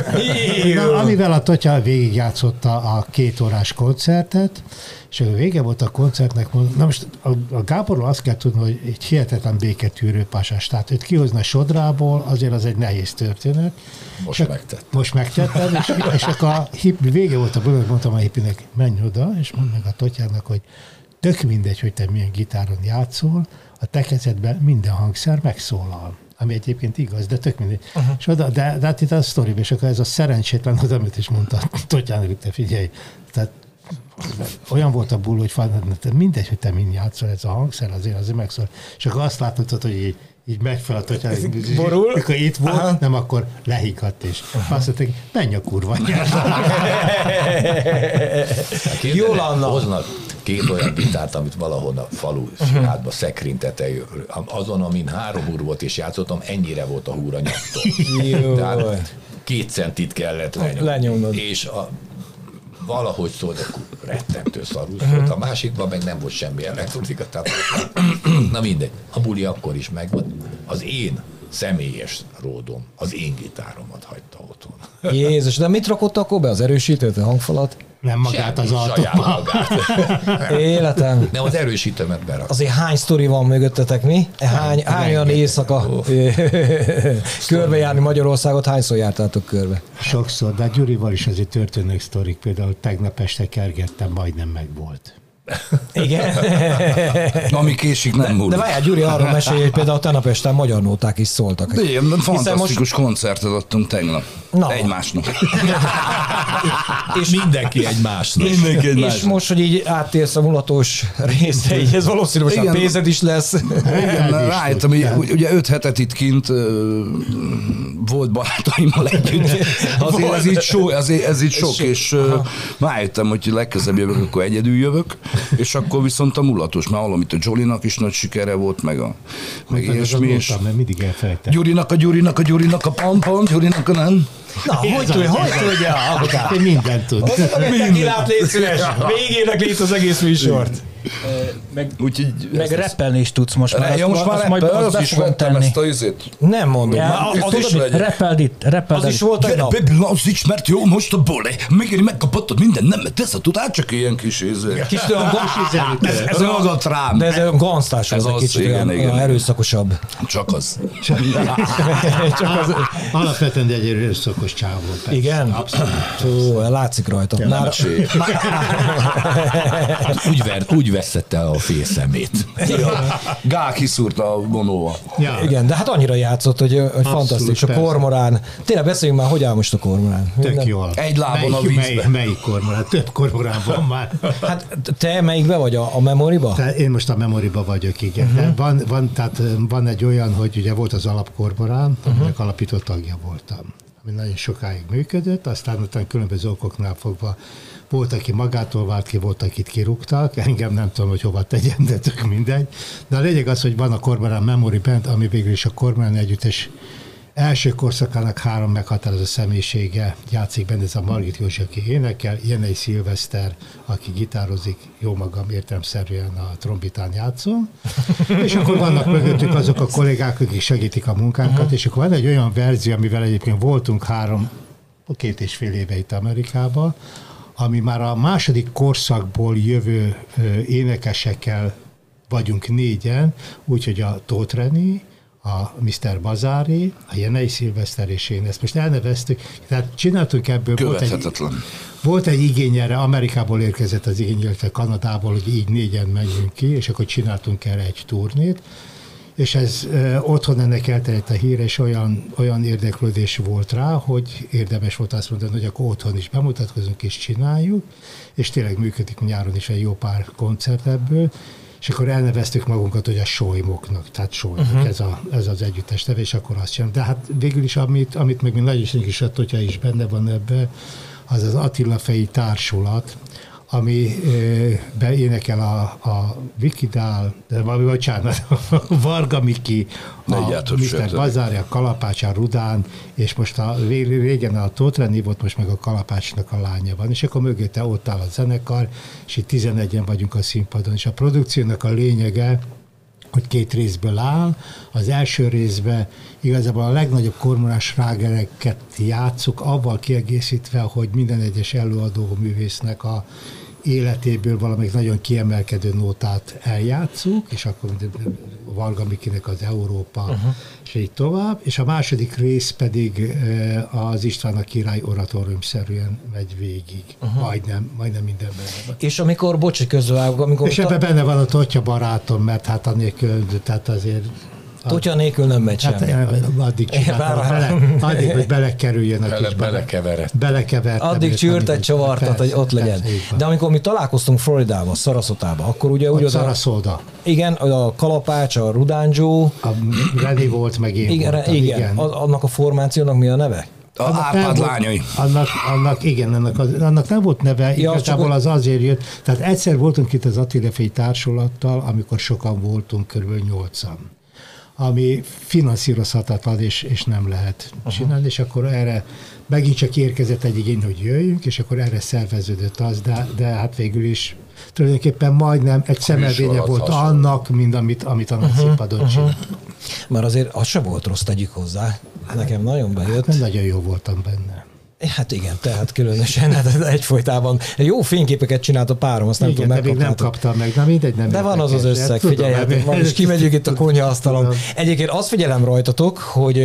[SPEAKER 4] Amivel a Totya végigjátszotta a 2 órás koncertet, és a vége volt a koncertnek, na most a Gáborról azt kell tudni, hogy egy hihetetlen béketűrő pasas, tehát őt kihozni a Sodrából, azért az egy nehéz történet. Most megtetted, és akkor a vége volt a bőlök, mondtam a hippinek, menj oda, és mondd meg a Totyának, hogy tök mindegy, hogy te milyen gitáron játszol, a te kezedben minden hangszer megszólal. Ami egyébként igaz, de tök mindegy. És oda, de hát itt a sztoriban, és akkor ez a szerencsétlen, oda, amit is mondta Totyának, hogy te figyelj, tehát olyan volt a bull, hogy mindegy, hogy te mind játszol, ez a hangszer azért megszól. És akkor azt látod, hogy így megfelelt, hogyha borul, akkor itt volt, nem, akkor lehiggadt, és azt mondták, menj a kurva nyelvre.
[SPEAKER 3] Jól Anna.
[SPEAKER 2] Hoznak 2 olyan gitárt, amit valahol a falu sihátba, szekrény tetejéről. Azon, amin 3 húr volt, és játszottam, ennyire volt a húr a nyaktól. Tehát 2 centit kellett lenyomnod. És valahogy szólt, de rettentő szarul szólt. A másikban meg nem volt semmi elektronika. Na mindegy, a buli akkor is megvolt. Az én személyes ródom, az én gitáromat hagyta otthon.
[SPEAKER 3] Jézus, de mit rakott akkor be? Az erősítőt, a hangfalat?
[SPEAKER 4] Nem magát az
[SPEAKER 2] autóba.
[SPEAKER 3] Életem.
[SPEAKER 2] Nem, az erősítőmet berak.
[SPEAKER 3] Azért hány sztori van mögöttetek, mi? Hány olyan éjszaka körbejárni Magyarországot, hányszor jártátok körbe?
[SPEAKER 4] Sokszor, de Gyurival is azért történnek sztorik, például tegnap este kergettem, majdnem megvolt.
[SPEAKER 3] Igen.
[SPEAKER 1] Ami késik, nem múlik.
[SPEAKER 3] De várjál, Gyuri arról mesélj, hogy például tegnap este magyar nóták is szóltak.
[SPEAKER 1] Igen, fantasztikus koncertet adtunk tegnap. Egymásnak.
[SPEAKER 2] És mindenki egymásnak.
[SPEAKER 3] És most, hogy így áttérsz a mulatós részre, így ez valószínűleg most a pénzed is lesz.
[SPEAKER 1] Igen, rájöttem, ugye 5 hetet itt kint volt barátaimmal együtt. Azért ez így sok, és rájöttem, hogy legközelebb jövök, akkor egyedül jövök, és akkor viszont a mulatos, már valamit a Jolinak is nagy sikere volt, meg ilyesmi.
[SPEAKER 4] Mert mindig elfelejtem.
[SPEAKER 1] Gyurinak a pam, Gyurinak a nem.
[SPEAKER 3] Na, hogy tudja?
[SPEAKER 4] Én mindent tud.
[SPEAKER 3] Mindenki lát, légy szíves. Végének lét az egész műsort. Meg rappelni is tudsz most már.
[SPEAKER 1] Ja, most már azt is vettem ezt a izét.
[SPEAKER 3] Nem mondom. Rappeld itt.
[SPEAKER 1] Az is volt egy nap. Baby, lazíts, mert jó most a bole. Megéri, megkapattad minden, nem teszed, tudál, csak ilyen kis izé.
[SPEAKER 3] Kis olyan
[SPEAKER 1] ez ragadt rám.
[SPEAKER 3] De ez olyan gansztás volt, egy kicsit olyan erőszakosabb.
[SPEAKER 1] Csak az.
[SPEAKER 4] Alapvetően egy erőszakos csávó.
[SPEAKER 3] Igen? Abszolút. Látszik rajta.
[SPEAKER 2] Úgy veszett el a félszemét.
[SPEAKER 1] Gál kiszúrta a vonóval.
[SPEAKER 3] Ja. Igen, de hát annyira játszott, hogy fantasztikus. A kormorán. Tényleg beszéljünk már, hogy áll most a kormorán.
[SPEAKER 4] Tök jól.
[SPEAKER 1] Egy lábon a vízbe.
[SPEAKER 4] Melyik kormorán? Több kormorán van már.
[SPEAKER 3] Hát te melyikbe vagy? A memoriba?
[SPEAKER 4] Én most a memoriba vagyok, igen. Van egy olyan, hogy ugye volt az alapkormorán, aminek alapító tagja voltam. ami nagyon sokáig működött, aztán utána különböző okoknál fogva volt, aki magától vált ki, volt, akit kirúgtak, engem nem tudom, hogy hova tegyem, de tök mindegy. De a lényeg az, hogy van a Cormorant Memory Band, ami végül is a Cormorant együttes első korszakának 3 meghatározó személyisége játszik benne, ez a Margit Józsi, aki énekel, Jenei Szilveszter, aki gitározik, jó magam értelemszerűen a trombitán játszom, és akkor vannak mögöttük azok a kollégák, akik segítik a munkánkat, és akkor van egy olyan verzió, amivel egyébként voltunk 2,5 éve itt Amerikában, ami már a második korszakból jövő énekesekkel vagyunk 4-en, úgyhogy a Tóth Reni, a Mr. Bazári, a Jenei Szilveszter és én ezt most elneveztük, tehát csináltunk ebből, volt egy igény erre, Amerikából érkezett az igény, illetve Kanadából, hogy így 4-en menjünk ki, és akkor csináltunk erre egy turnét, és ez otthon ennek elterjedt a hír, és olyan érdeklődés volt rá, hogy érdemes volt azt mondani, hogy akkor otthon is bemutatkozunk és csináljuk, és tényleg működik nyáron is egy jó pár koncert ebből, és akkor elneveztük magunkat, hogy a Solymoknak, tehát Solymok, ez az együttes neve, és akkor azt sem. De hát végül is, amit meg mi nagy is a Totya is benne van ebbe, az az Attila Fei Társulat, ami beénekel a Vikidál, de bocsánat, Varga Miki, a Mr. Bazári, a Kalapács, a Rudán, és most régen a Tóth Reni volt, most meg a Kalapácsnak a lánya van, és akkor mögötte ott áll a zenekar, és itt 11-en vagyunk a színpadon, és a produkciónak a lényege, hogy 2 részből áll. Az első részben igazából a legnagyobb kormorán slágereket játsszuk, avval kiegészítve, hogy minden egyes előadó művésznek a életéből valamelyik nagyon kiemelkedő nótát eljátszuk, és akkor Varga Mikinek az Európa, és így tovább. És a második rész pedig az István a király oratóriumszerűen megy végig. Majdnem minden benne.
[SPEAKER 3] És amikor, bocsi közvágok,
[SPEAKER 4] és ebben benne van a Totya barátom, mert hát annélkül, tehát azért
[SPEAKER 3] Totya nélkül nem megy semmi.
[SPEAKER 4] Addig csináltam, addig, hogy belekerüljön a kis belekevert.
[SPEAKER 3] Addig csűrtet, csavartat, hogy ott legyen. De amikor mi találkoztunk Floridában, Sarasotában, akkor ugye úgy
[SPEAKER 4] Sarasota.
[SPEAKER 3] Igen, a Kalapács, a Rudán Joe.
[SPEAKER 4] A Reni volt, meg én voltam.
[SPEAKER 3] Igen. Annak a formációnak mi a neve?
[SPEAKER 1] A Árpád lányai.
[SPEAKER 4] Annak nem volt neve, igazából az azért jött. Tehát egyszer voltunk itt az Attila Fei Társulattal, amikor sokan voltunk, körülbelül 8-an. Ami finanszírozhatatlan, és nem lehet csinálni, és akkor erre megint csak érkezett egy igény, hogy jöjjünk, és akkor erre szerveződött az, de hát végül is tulajdonképpen majdnem egy szemelvénye volt annak, mint amit a színpadon csinált.
[SPEAKER 3] Már azért az sem volt rossz, tegyük hozzá. Nekem nagyon bejött.
[SPEAKER 4] Hát, nagyon jó voltam benne.
[SPEAKER 3] Hát igen, tehát különösen, hát egyfolytában jó fényképeket csinált a párom, azt nem tudom,
[SPEAKER 4] megkaptátok. Nem kaptam meg, na mindegy, nem.
[SPEAKER 3] De van az összeg, figyeljetek, van, és kimegyünk itt a konyhaasztalon. Egyébként azt figyelem rajtatok, hogy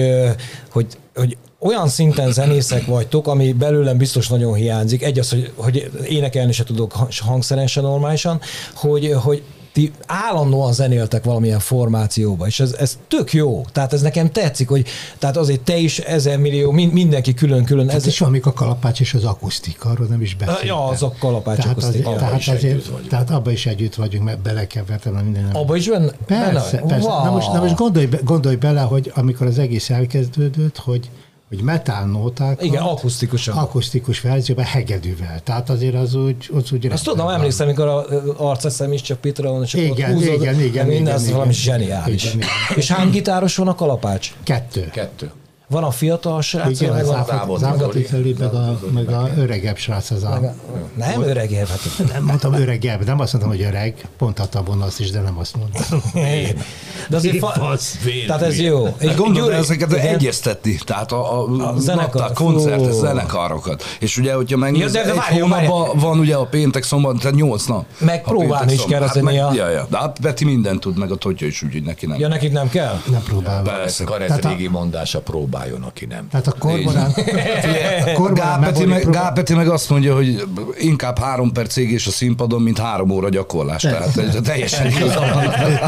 [SPEAKER 3] olyan szinten zenészek vagytok, ami belőlem biztos nagyon hiányzik. Egy az, hogy énekelni se tudok hangszeren se normálisan, hogy ti állandóan zenéltek valamilyen formációba, és ez tök jó. Tehát ez nekem tetszik, hogy tehát azért te is 1000 millió, mindenki külön-külön.
[SPEAKER 4] Ez is van, a Kalapács és az akusztika, arról nem is beszéltem.
[SPEAKER 3] Ja, az a Kalapács akusztika.
[SPEAKER 4] Tehát abban is együtt vagyunk, mert belekevertem a minden.
[SPEAKER 3] Abban is benne?
[SPEAKER 4] Persze. Wow. Na most gondolj bele, hogy amikor az egész elkezdődött, hogy metál nótákkal.
[SPEAKER 3] Igen, akusztikusan.
[SPEAKER 4] Akusztikus verzióban hegedűvel. Tehát azért az úgy
[SPEAKER 3] azt tudom, emlékszem, amikor az arceszem is csak Pitra van, és
[SPEAKER 4] akkor
[SPEAKER 3] ott húzod. Igen, ez valami zseniális. Igen. És hány gitáros van a Kalapács?
[SPEAKER 4] 2.
[SPEAKER 3] Van a fiatal srác,
[SPEAKER 4] igen, meg meg a öregebb srác az
[SPEAKER 3] nem öregebb, hát
[SPEAKER 4] nem mondtam öregebb, nem azt mondtam, hogy öreg, pont adtam volna azt is, de nem azt mondtam.
[SPEAKER 3] De azért tehát ez jó.
[SPEAKER 1] Gondolod, ezeket egyeztetni, tehát a koncertes zenekarokat. És ugye, hogyha megnézed, egy hónapban van ugye a péntek, szombat, tehát 8 nap.
[SPEAKER 3] Meg próbálni is kell azért néha.
[SPEAKER 1] Ja. De hát Peti mindent tud, meg a Totya is, úgyhogy neki nem.
[SPEAKER 3] Ja, nekik nem kell?
[SPEAKER 4] Nem próbál.
[SPEAKER 2] Persze, ez régi mondása, próbáljon, aki nem.
[SPEAKER 4] Tehát a Cormorant...
[SPEAKER 1] Gál-Peti meg azt mondja, hogy inkább 3 perc égés a színpadon, mint 3 óra gyakorlás. Tehát teljesen igazán.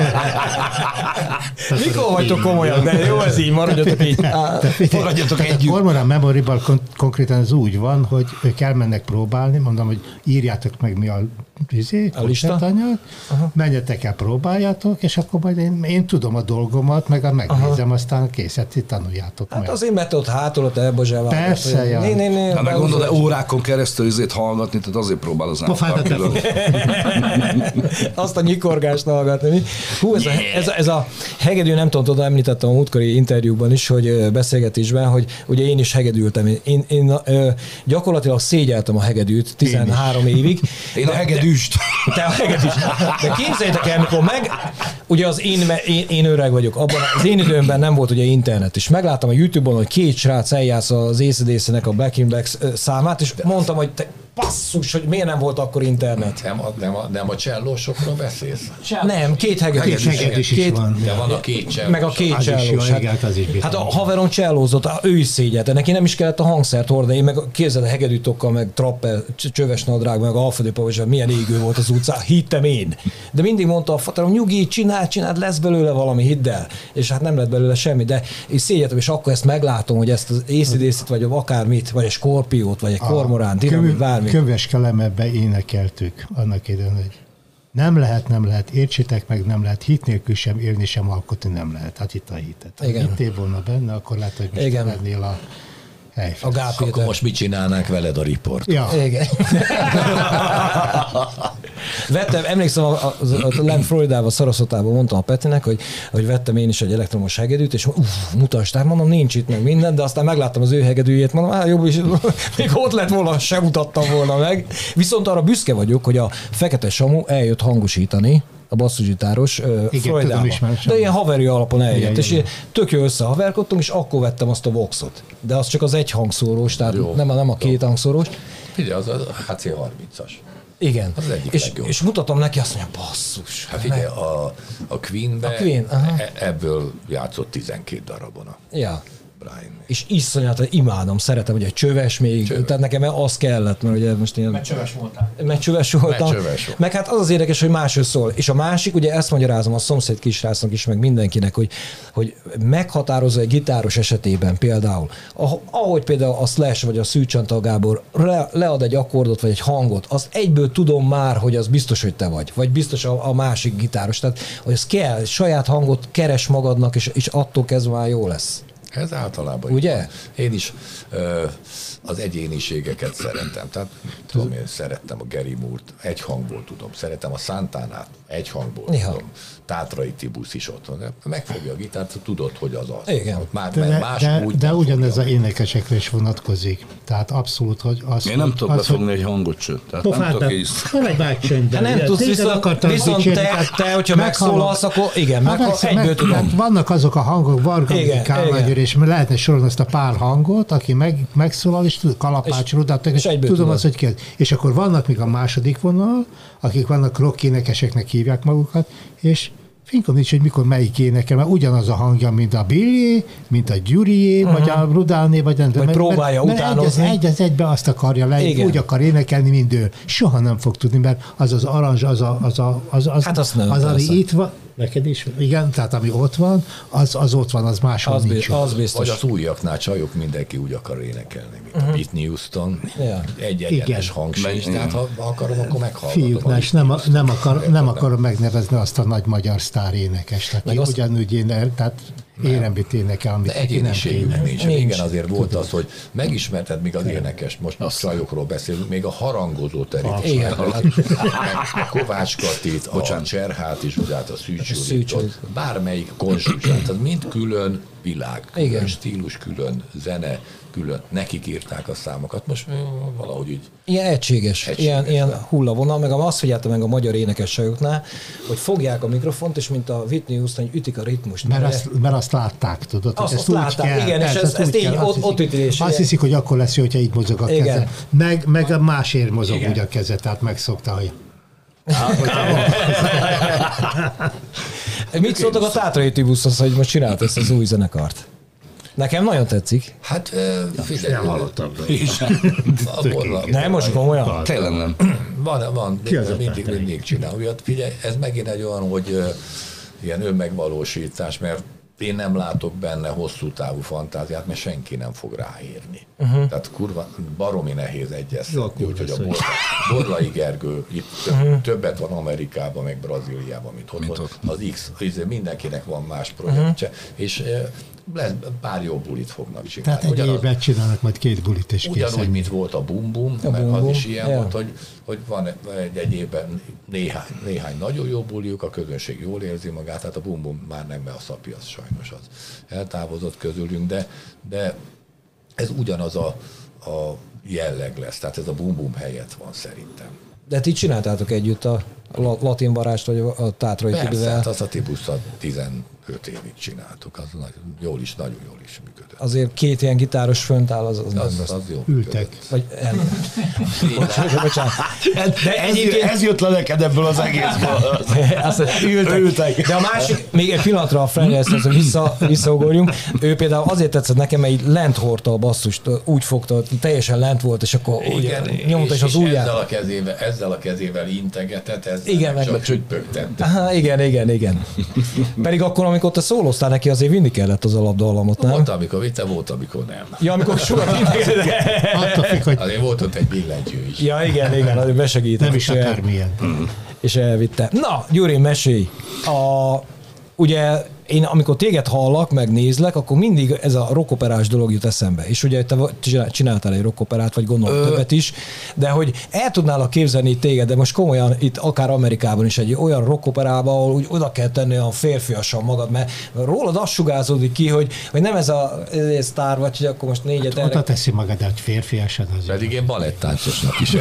[SPEAKER 3] Mikor vagytok komolyan? De jó, ez így, maradjatok így.
[SPEAKER 1] Maradjatok együtt.
[SPEAKER 4] A Cormorant Memory-ban konkrétan ez úgy van, hogy ők elmennek próbálni, mondom, hogy írjátok meg mi a koncertanyag, menjetek el, próbáljátok, és akkor majd én tudom a dolgomat, meg megnézem, aztán készet, tanuljátok meg.
[SPEAKER 3] Hát azért, mert ott hátul, ott elbozsál.
[SPEAKER 4] Persze, ja.
[SPEAKER 1] Hát meg gondolod, órákon keresztül izét hallgatni, tehát azért próbál az ember.
[SPEAKER 3] Azt a nyikorgást hallgatni. Mi? Hú, ez a hegedű, nem tudom, oda említettem a múltkori interjúban is, hogy beszélgetésben, hogy ugye én is hegedültem. Én gyakorlatilag szégyeltem a hegedűt 13 évig.
[SPEAKER 1] Én a hegedűst.
[SPEAKER 3] Te a hegedűst. De képzeljétek el, mikor ugye én öreg vagyok, abban az én időmben nem volt ugye internet, és megláttam a YouTube-on, hogy két srác eljátsza az AC/DC-nek a Back in Black számát, és mondtam, hogy te basszus, hogy miért nem volt akkor internet.
[SPEAKER 2] Nem a csellósokról beszélsz?
[SPEAKER 3] Nem, két hegedűs
[SPEAKER 4] is van.
[SPEAKER 2] De van a két csellós.
[SPEAKER 3] Meg a két csellós. Hát a haveron csellózott, ő is szégyelte, neki nem is kellett a hangszert hordani, én meg képzeld a hegedűtokkal, meg trappel, csöves nadrág, meg alfödőpa, és milyen égő volt az utcán, hittem én. De mindig mondta a faterom, nyugi, csináld, lesz belőle valami, hidd el. És hát nem lett belőle semmi, de én szégyeltem, és akkor ezt meglátom, hogy ezt az AC/DC-t, vagy akármit, vagy egy Scorpiót, vagy egy Kormorán, Dinamit, bármi.
[SPEAKER 4] Köves Kelemebbe énekeltük annak idején, hogy nem lehet, értsétek meg, nem lehet, hit nélkül sem élni, sem alkotni nem lehet. Hát itt a hitet. Ha hittél volna benne, akkor lehet, hogy most lennél a helyfel.
[SPEAKER 3] A Gál Péter.
[SPEAKER 2] Akkor most mit csinálnánk veled a riport?
[SPEAKER 4] Ja.
[SPEAKER 3] Igen. Emlékszem, lent Floridában, Sarasotában mondtam a Petinek, hogy vettem én is egy elektromos hegedűt, és mutasd, tehát mondom, nincs itt meg minden, de aztán megláttam az ő hegedűjét, mondom, jobb is, még ott lett volna, sem mutattam volna meg. Viszont arra büszke vagyok, hogy a Fekete Samu eljött hangosítani, a basszusgitáros Floridában. De ilyen haveri alapon eljött. És tök jó összehaverkodtunk, és akkor vettem azt a Voxot. De az csak az egy hangszórós, tehát nem a két hangszórós.
[SPEAKER 2] Figyelj, az a HC30-as.
[SPEAKER 3] Igen.
[SPEAKER 2] Az egyik
[SPEAKER 3] és mutatom neki, azt mondja, basszus.
[SPEAKER 2] Hát figyelj, a Queen-be ebből játszott 12 darabon a Brian.
[SPEAKER 3] És iszonyatosan imádom, szeretem, hogy egy csöves még, tehát nekem az kellett, mert ugye most ilyen...
[SPEAKER 5] Mert csöves voltál.
[SPEAKER 3] Meg hát az érdekes, hogy máshogy szól. És a másik, ugye ezt magyarázom a szomszéd kisrácnak is, meg mindenkinek, hogy meghatározó egy gitáros esetében például, ahogy például a Slash vagy a Szűcs Antal Gábor lead egy akkordot vagy egy hangot, azt egyből tudom már, hogy az biztos, hogy te vagy biztos a másik gitáros. Tehát, hogy az kell, saját hangot keres magadnak, és attól kezdve már jó lesz.
[SPEAKER 2] Ez általában.
[SPEAKER 3] Ugye?
[SPEAKER 2] Én is az egyéniségeket szeretem. Tehát tudom, én szerettem a Gary Moore-t, egy hangból tudom. Szeretem a Santánát, egy hangból tudom. Tátrai Tibusz is ott van. Megfogja a gitárt, tudod, hogy az az.
[SPEAKER 3] Igen.
[SPEAKER 4] De ugyanez az énekesekre is vonatkozik. Tehát abszolút, hogy az...
[SPEAKER 1] Én nem tudok befogni egy hangot sem. Tehát nem tudok
[SPEAKER 4] egy vágycsöndben.
[SPEAKER 3] Nem tudsz, viszont te, hogyha megszólalsz, akkor igen, egyből tudom.
[SPEAKER 4] Vannak azok a hangok, Varga, Kálmán György, és lehetne sorolni azt a pár hangot, aki megszólal, és tud Kalapács Rudát, tudom azt, hogy kell. És akkor vannak még a második vonal, akik vannak rock énekeseknek hívják magukat, és finkom nincs, hogy mikor melyik énekel, mert ugyanaz a hangja, mint a Billy, mint a Gyurié, vagy a Rudáné, vagy
[SPEAKER 3] próbálja utánozni.
[SPEAKER 4] Egy az egybe azt akarja le, úgy akar énekelni, mint ő. Soha nem fog tudni, mert az az aranzs, az ami itt van, neked is? Igen, tehát ami ott van, az ott van, az máshol nincs.
[SPEAKER 3] Az biztos.
[SPEAKER 2] Vagy az újaknál csajok mindenki úgy akar énekelni, mint a Whitney Houston. Egy egyenes hangsír, tehát ha akarom, akkor meghallgatom.
[SPEAKER 4] Fiúk, nem akarom megnevezni azt a nagy magyar sztár énekest, aki ugyanúgy énekel, tehát érembit énekel, amit
[SPEAKER 2] de egyéniségük nincs. Igen, azért volt az, hogy megismerted még az énekest, most a csajokról beszélünk, még a harangozó terét. Kovács Katit, a Cserhát is, ugye a Szűcs, bármelyik konstrukciót, az mind külön világ, külön stílus, külön zene, külön, nekik írták a számokat, most valahogy így...
[SPEAKER 3] Ilyen egységes ilyen hullavonal, meg azt figyeltem meg a magyar énekesságoknál, hogy fogják a mikrofont, és mint a Whitney Houston, ütik a ritmust.
[SPEAKER 4] Mert azt látták, tudod, hogy ezt
[SPEAKER 3] úgy kell. Igen, és ezt így ott ütés.
[SPEAKER 4] Azt hiszik, hogy akkor lesz jó, hogyha így mozog a keze. Meg másért mozog úgy a keze, tehát megszokta, hogy...
[SPEAKER 3] Mit szóltak a Tátrai Tibuszhoz, hogy most csinált ezt az új zenekart? Nekem nagyon tetszik.
[SPEAKER 2] Hát figyelj, hallottam.
[SPEAKER 3] Nem, most komolyan?
[SPEAKER 1] Tényleg nem.
[SPEAKER 2] Van, mindig csinál újat. Figyelj, ez megint egy olyan, hogy ilyen önmegvalósítás, mert én nem látok benne hosszú távú fantáziát, mert senki nem fog ráérni. Tehát kurva, baromi nehéz egyeztetni, úgyhogy a Borlai Gergő itt többet van Amerikában, meg Brazíliában, mint ott. Az X, mindenkinek van más projektje, és pár jó bulit fognak csinálni.
[SPEAKER 4] Tehát egy évben csinálnak majd 2 bulit és készen.
[SPEAKER 2] Ugyanúgy, mint volt a Bum Bum, mert az is ilyen volt, hogy van egy évben néhány nagyon jó buliuk, a közönség jól érzi magát, tehát a Bum Bum már nem, mert a Szapi az sajnos az eltávozott közülünk, de ez ugyanaz a jelleg lesz, tehát ez a Bum Bum helyett van szerintem.
[SPEAKER 3] De ti csináltátok együtt a Latin Varást, vagy a Tátrai Tibivel?
[SPEAKER 2] Persze, hát az a típuszt 15 évig csináltuk, az nagyon jól is működött.
[SPEAKER 3] Azért 2 ilyen gitáros fönt áll, az
[SPEAKER 2] jó.
[SPEAKER 4] Ültek.
[SPEAKER 3] Vagy
[SPEAKER 1] De ez jött le neked ebből az egészből.
[SPEAKER 3] Ültek. De a másik, még egy pillanatra a Frennyhez, visszaugorjunk, ő például azért tetszett nekem, mert így lent hordta a basszust, úgy fogta, teljesen lent volt, és akkor nyomta is az ujját.
[SPEAKER 2] Ezzel a kezével integetett,
[SPEAKER 3] igen,
[SPEAKER 2] meg csak csüppögtette.
[SPEAKER 3] Igen. Pedig akkor, amikor te szóloztál neki, azért vinni kellett az alapdallamot, nem?
[SPEAKER 2] Volt, amikor vitte, volt, amikor nem.
[SPEAKER 3] Ja, amikor sokat integetett.
[SPEAKER 2] Azért volt ott egy billentyű is.
[SPEAKER 3] Ja, igen, azért besegített.
[SPEAKER 4] Nem is akármilyen.
[SPEAKER 3] És elvitte. Na, Gyuri, mesélj! Ugye én amikor téged hallak, megnézlek, akkor mindig ez a rockoperás dolog jut eszembe. És ugye te csináltál egy rockoperát, vagy gondolom többet is, de hogy el tudnálak képzelni téged, de most komolyan itt akár Amerikában is egy olyan rockoperába, ahol úgy oda kell tenni olyan férfiasan magad, mert rólad azt sugázódik ki, hogy nem ez a sztár vagy, hogy akkor most négyet
[SPEAKER 4] erre. Oda teszi magadat férfiasan.
[SPEAKER 2] Pedig én balettáncosnak is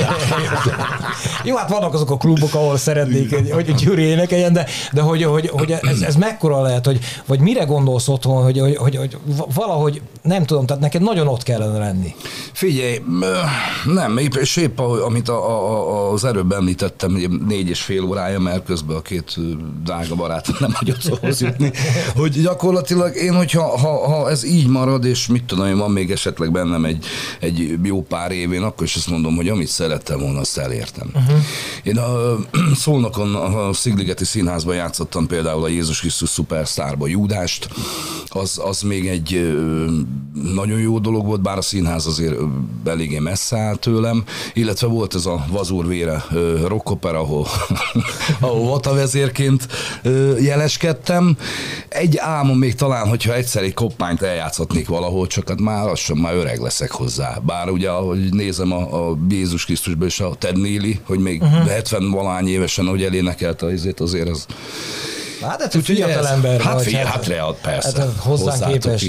[SPEAKER 3] Jó, hát vannak azok a klubok, ahol szeretnék, hogy Gyuri énekeljen, de hogy ez mekkora lehet, vagy mire gondolsz otthon, hogy valahogy, nem tudom, tehát neked nagyon ott kellene lenni.
[SPEAKER 1] Figyelj, nem, és épp amit az előbb említettem, 4,5 órája, mert közben a 2 drága barátom nem hagyott szóhoz jutni, hogy gyakorlatilag én, hogyha ez így marad, és mit tudom én, van még esetleg bennem egy jó pár évén, akkor is azt mondom, hogy amit szerettem volna, azt elértem. Én a Szolnokon, a Szigligeti Színházban játszottam például a Jézus Krisztus Szupersztárba Júdást, az még egy nagyon jó dolog volt, bár a színház azért eléggé messze áll tőlem, illetve volt ez a Vazúr vére rockopera, ahol vatavezérként jeleskedtem. Egy álmom még talán, hogyha egyszer egy koppányt eljátszhatnék valahol, csak hát már lassan már öreg leszek hozzá. Bár ugye, ahogy nézem a Jézus Krisztusban és a Ted Neely, hogy még 70-valány évesen, ahogy elénekelte azért az.
[SPEAKER 3] Hát ez egy fiatal ember.
[SPEAKER 1] Hát persze.
[SPEAKER 3] Hát hozzánk képest.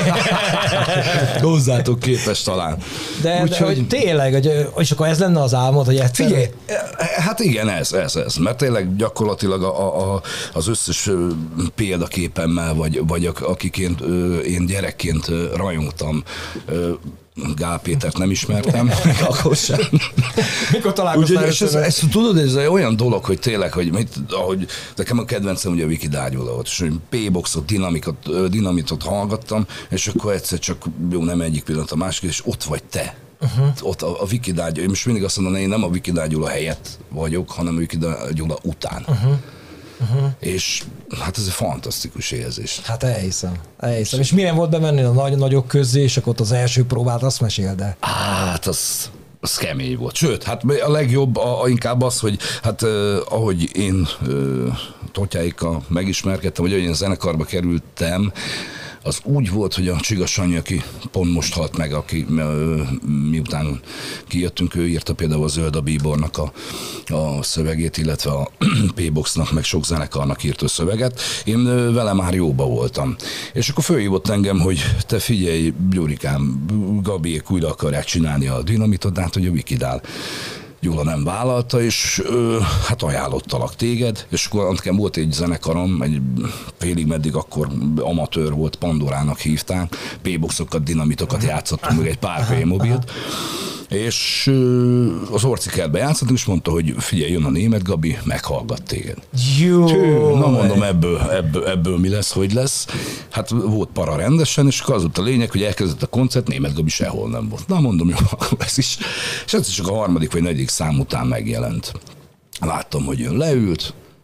[SPEAKER 1] Hozzátok képest talán.
[SPEAKER 3] De hogy tényleg, és akkor ez lenne az álmod, hogy egyszer...
[SPEAKER 1] Figyelj, hát igen, ez. Mert tényleg gyakorlatilag az összes példaképemmel, vagy akiként én gyerekként rajongtam, Gál Pétert nem ismertem, meg akkor sem.
[SPEAKER 3] Mikor találkoztál?
[SPEAKER 1] Ezt tudod, ez olyan dolog, hogy tényleg, ahogy nekem a kedvencem ugye a Viki Dágyula volt, és hogy P-boxot, dinamitot hallgattam, és akkor egyszer csak, jó, nem egyik pillanat a másik, és ott vagy te. Ott a Viki Dágyula, én most mindig azt mondom, én nem a Viki Dágyula helyett vagyok, hanem a Viki Dágyula után. És hát ez egy fantasztikus érzés.
[SPEAKER 3] Hát elhiszem. És milyen volt bemenni a nagyok közé, és akkor ott az első próbát, azt meséld el.
[SPEAKER 1] Hát az kemény volt. Sőt, hát a legjobb inkább az, hogy hát ahogy én Totyáikkal megismerkedtem, vagy ahogy én zenekarba kerültem, az úgy volt, hogy a Csiga Sanyi, aki pont most halt meg, aki miután kijöttünk, ő írta például a Zöld a Bíbornak a szövegét, illetve a P-boxnak, meg sok zenekarnak írt a szöveget. Én vele már jóba voltam. És akkor fölhívott engem, hogy te figyelj, Gyurikám, Gabiék újra akarják csinálni a dinamitot, hát hogy a Vikidál. Gyula nem vállalta, és hát ajánlottalak téged, és akkor nekem volt egy zenekarom, egy félig meddig akkor amatőr volt, Pandorának hívták, P-boxokat, dinamitokat játszottunk, meg egy pár P-mobilt, és az Orcikertbe játszottunk, és mondta, hogy figyelj, jön a Németh Gabi, meghallgat téged.
[SPEAKER 3] Jó!
[SPEAKER 1] Na mondom, ebből mi lesz, hogy lesz. Hát volt para rendesen, és az volt a lényeg, hogy elkezdett a koncert, Németh Gabi sehol nem volt. Na mondom, jó, ez is. És ez csak a 3. vagy 4. szám után megjelent. Láttam, hogy jön, leült,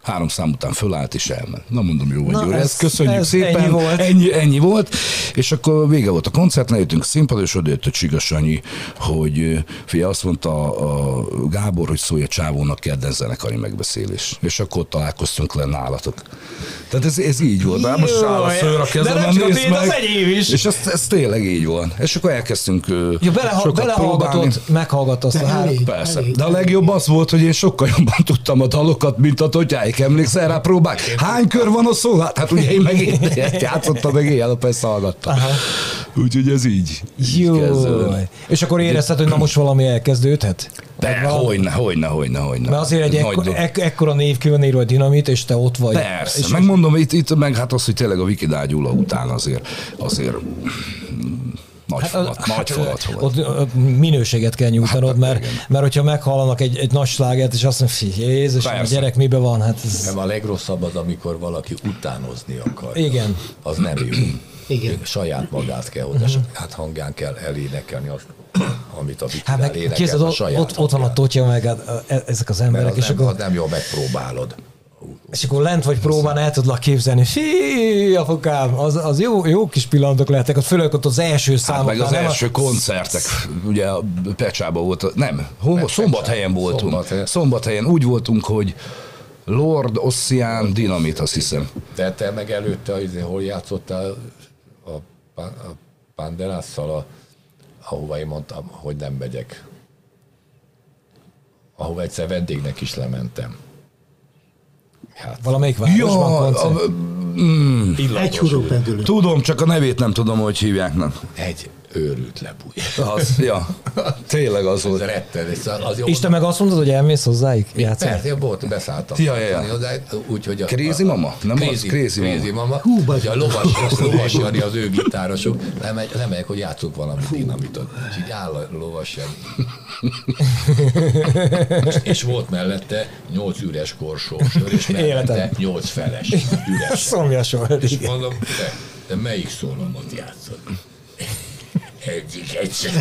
[SPEAKER 1] 3 szám után fölállt és elment. Na mondom, jó vagy, Gyuri, ezt köszönjük
[SPEAKER 3] ez
[SPEAKER 1] szépen.
[SPEAKER 3] ennyi volt.
[SPEAKER 1] Ennyi volt. És akkor vége volt a koncert, lejöttünk a színpadra, és odajött a Csiga Sanyi, hogy figyelj, azt mondta a Gábor, hogy szólj a csávónak, kedden zenekari megbeszélés. És akkor találkoztunk le nálatok. Tehát ez így volt. De most áll a szőr a kezemben, nézd meg.
[SPEAKER 3] Az enyém is.
[SPEAKER 1] És ez tényleg így van. És akkor elkezdtünk sokat próbálni.
[SPEAKER 3] Meghallgatta azt a három.
[SPEAKER 1] Persze. De a legjobb az volt, hogy én sokkal jobban tudtam a dalokat, mint a Totyáik. Emlékszel rá, próbálj? Hány kör van a szó? Hát ugye én meg játszottam, meg éjjel, persze hallgattam. Úgyhogy ez így.
[SPEAKER 3] Jó. És akkor érezted, hogy na most valami elkezdődhet?
[SPEAKER 1] De hogyne.
[SPEAKER 3] Mert azért ekkora név ki van írva a Dinamit, és te ott vagy.
[SPEAKER 1] Persze, megmondom, itt meg hát az, hogy tényleg a Viki Gyula után azért nagy falat.
[SPEAKER 3] Ott minőséget kell nyújtanod, mert hogyha meghallanak egy nagy slágert, és azt mondja, Jézus, a gyerek miben van? Hát ez...
[SPEAKER 2] Nem, a legrosszabb az, amikor valaki utánozni akar.
[SPEAKER 3] Igen.
[SPEAKER 2] Az nem jó.
[SPEAKER 4] Igen.
[SPEAKER 2] Saját magát kell oda, hát hangján kell elénekelni azt, amit a
[SPEAKER 3] Hát
[SPEAKER 2] énekel, a saját
[SPEAKER 3] ott van a Totya, meg ezek az emberek.
[SPEAKER 2] És akkor nem jól megpróbálod.
[SPEAKER 3] És akkor lent vagy próbán el tudlak képzelni, fí, apukám, az jó kis pillanatok lehetnek, ott főleg ott az első számok.
[SPEAKER 1] Hát meg az első koncertek, ugye a Pecsában volt, nem, Szombathelyen voltunk. Szombathelyen úgy voltunk, hogy Lord, Ossian, Dinamit, azt hiszem.
[SPEAKER 2] De te meg előtte, hol játszottál a Panderasszal, ahova én mondtam, hogy nem megyek. Ahova egyszer vendégnek is lementem. Hát.
[SPEAKER 3] Valamelyik városban koncert?
[SPEAKER 4] Egy hurrópendülő.
[SPEAKER 1] Tudom, csak a nevét nem tudom, hogy hívják. Nem.
[SPEAKER 2] Egy őrült lebúj.
[SPEAKER 1] Tényleg az volt.
[SPEAKER 3] És te meg azt mondod, hogy elmész hozzáig játszani?
[SPEAKER 2] Persze, volt, beszálltam. Úgyhogy
[SPEAKER 1] Crazy Mama? Nem az?
[SPEAKER 2] Crazy Mama. Ugye a Lovas Jani, az ő gitárosok, nem megyek, hogy játszunk valami Dinamitot. És így áll a Lovas Jani. És volt mellette 8 üres korsós, és mellette 8 feles üres.
[SPEAKER 3] Szomjas volt.
[SPEAKER 2] És mondom, de melyik szólomot játszod? Egyszer.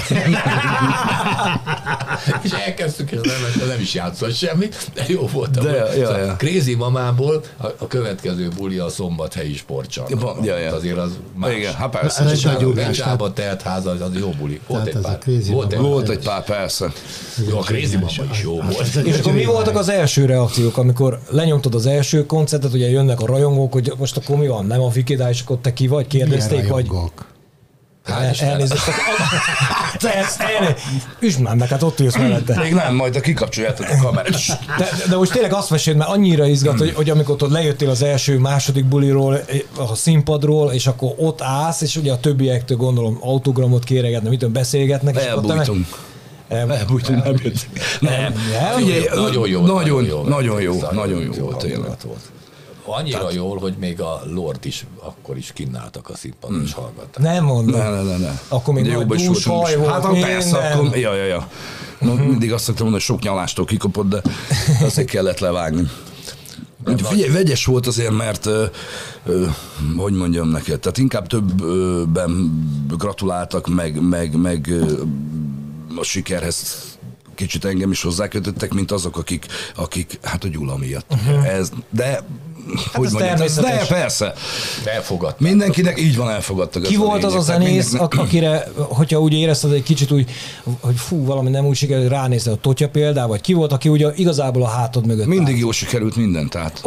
[SPEAKER 2] És elkezdtük, és nem is játszott semmit, de jó volt. A Crazy Mamából a következő buli a szombathelyi sportcsarnokban. Azért az más.
[SPEAKER 1] Igen, hát persze.
[SPEAKER 2] Becsába telt ház, az jó buli.
[SPEAKER 1] Volt egy pár, persze.
[SPEAKER 2] Jó, a Crazy Mama is jó volt.
[SPEAKER 3] És akkor mi voltak az első reakciók, amikor lenyomtad az első koncertet, ugye jönnek a rajongók, hogy most akkor mi van, nem a Viki, és akkor te ki vagy, kérdezték, vagy... Elnézést. Üsd már meg, hát ott ülsz mellette.
[SPEAKER 1] Még nem, majd kikapcsoljátok a kamerát.
[SPEAKER 3] De most tényleg azt meséld, mert annyira izgat, hogy amikor ott lejöttél az első, második buliról, a színpadról, és akkor ott állsz, és ugye a többiektől gondolom autogramot kéregetnek, mitől beszélgetnek.
[SPEAKER 1] Elbújtunk. Elbújtunk, nem jött. Nem.
[SPEAKER 2] Figyelj,
[SPEAKER 1] nagyon jó volt tényleg.
[SPEAKER 2] Annyira jól, hogy még a Lord is akkor is kínáltak a színpadon, és hallgatták.
[SPEAKER 3] Nem mondom.
[SPEAKER 1] Ne.
[SPEAKER 3] Akkor még nagy dúshaj volt.
[SPEAKER 1] Hát persze, akkor... Ja. Mindig azt szoktam mondani, hogy sok nyalástól kikapott, de azért kellett levágni. Figyelj, vegyes volt azért, mert hogy mondjam neked, tehát inkább többen gratuláltak, meg a sikerhez kicsit engem is hozzákötöttek, mint azok, akik hát a Gyula miatt. De hogy mondjam, de persze.
[SPEAKER 2] Elfogadtak.
[SPEAKER 1] Mindenkinek így van, elfogadtak.
[SPEAKER 3] Ki volt az a zenész, akire, hogyha úgy érezted egy kicsit úgy, hogy fú, valami nem úgy sikerült, ránézte a Totya például, vagy ki volt, aki ugye igazából a hátad mögött
[SPEAKER 1] mindig jó sikerült minden, tehát.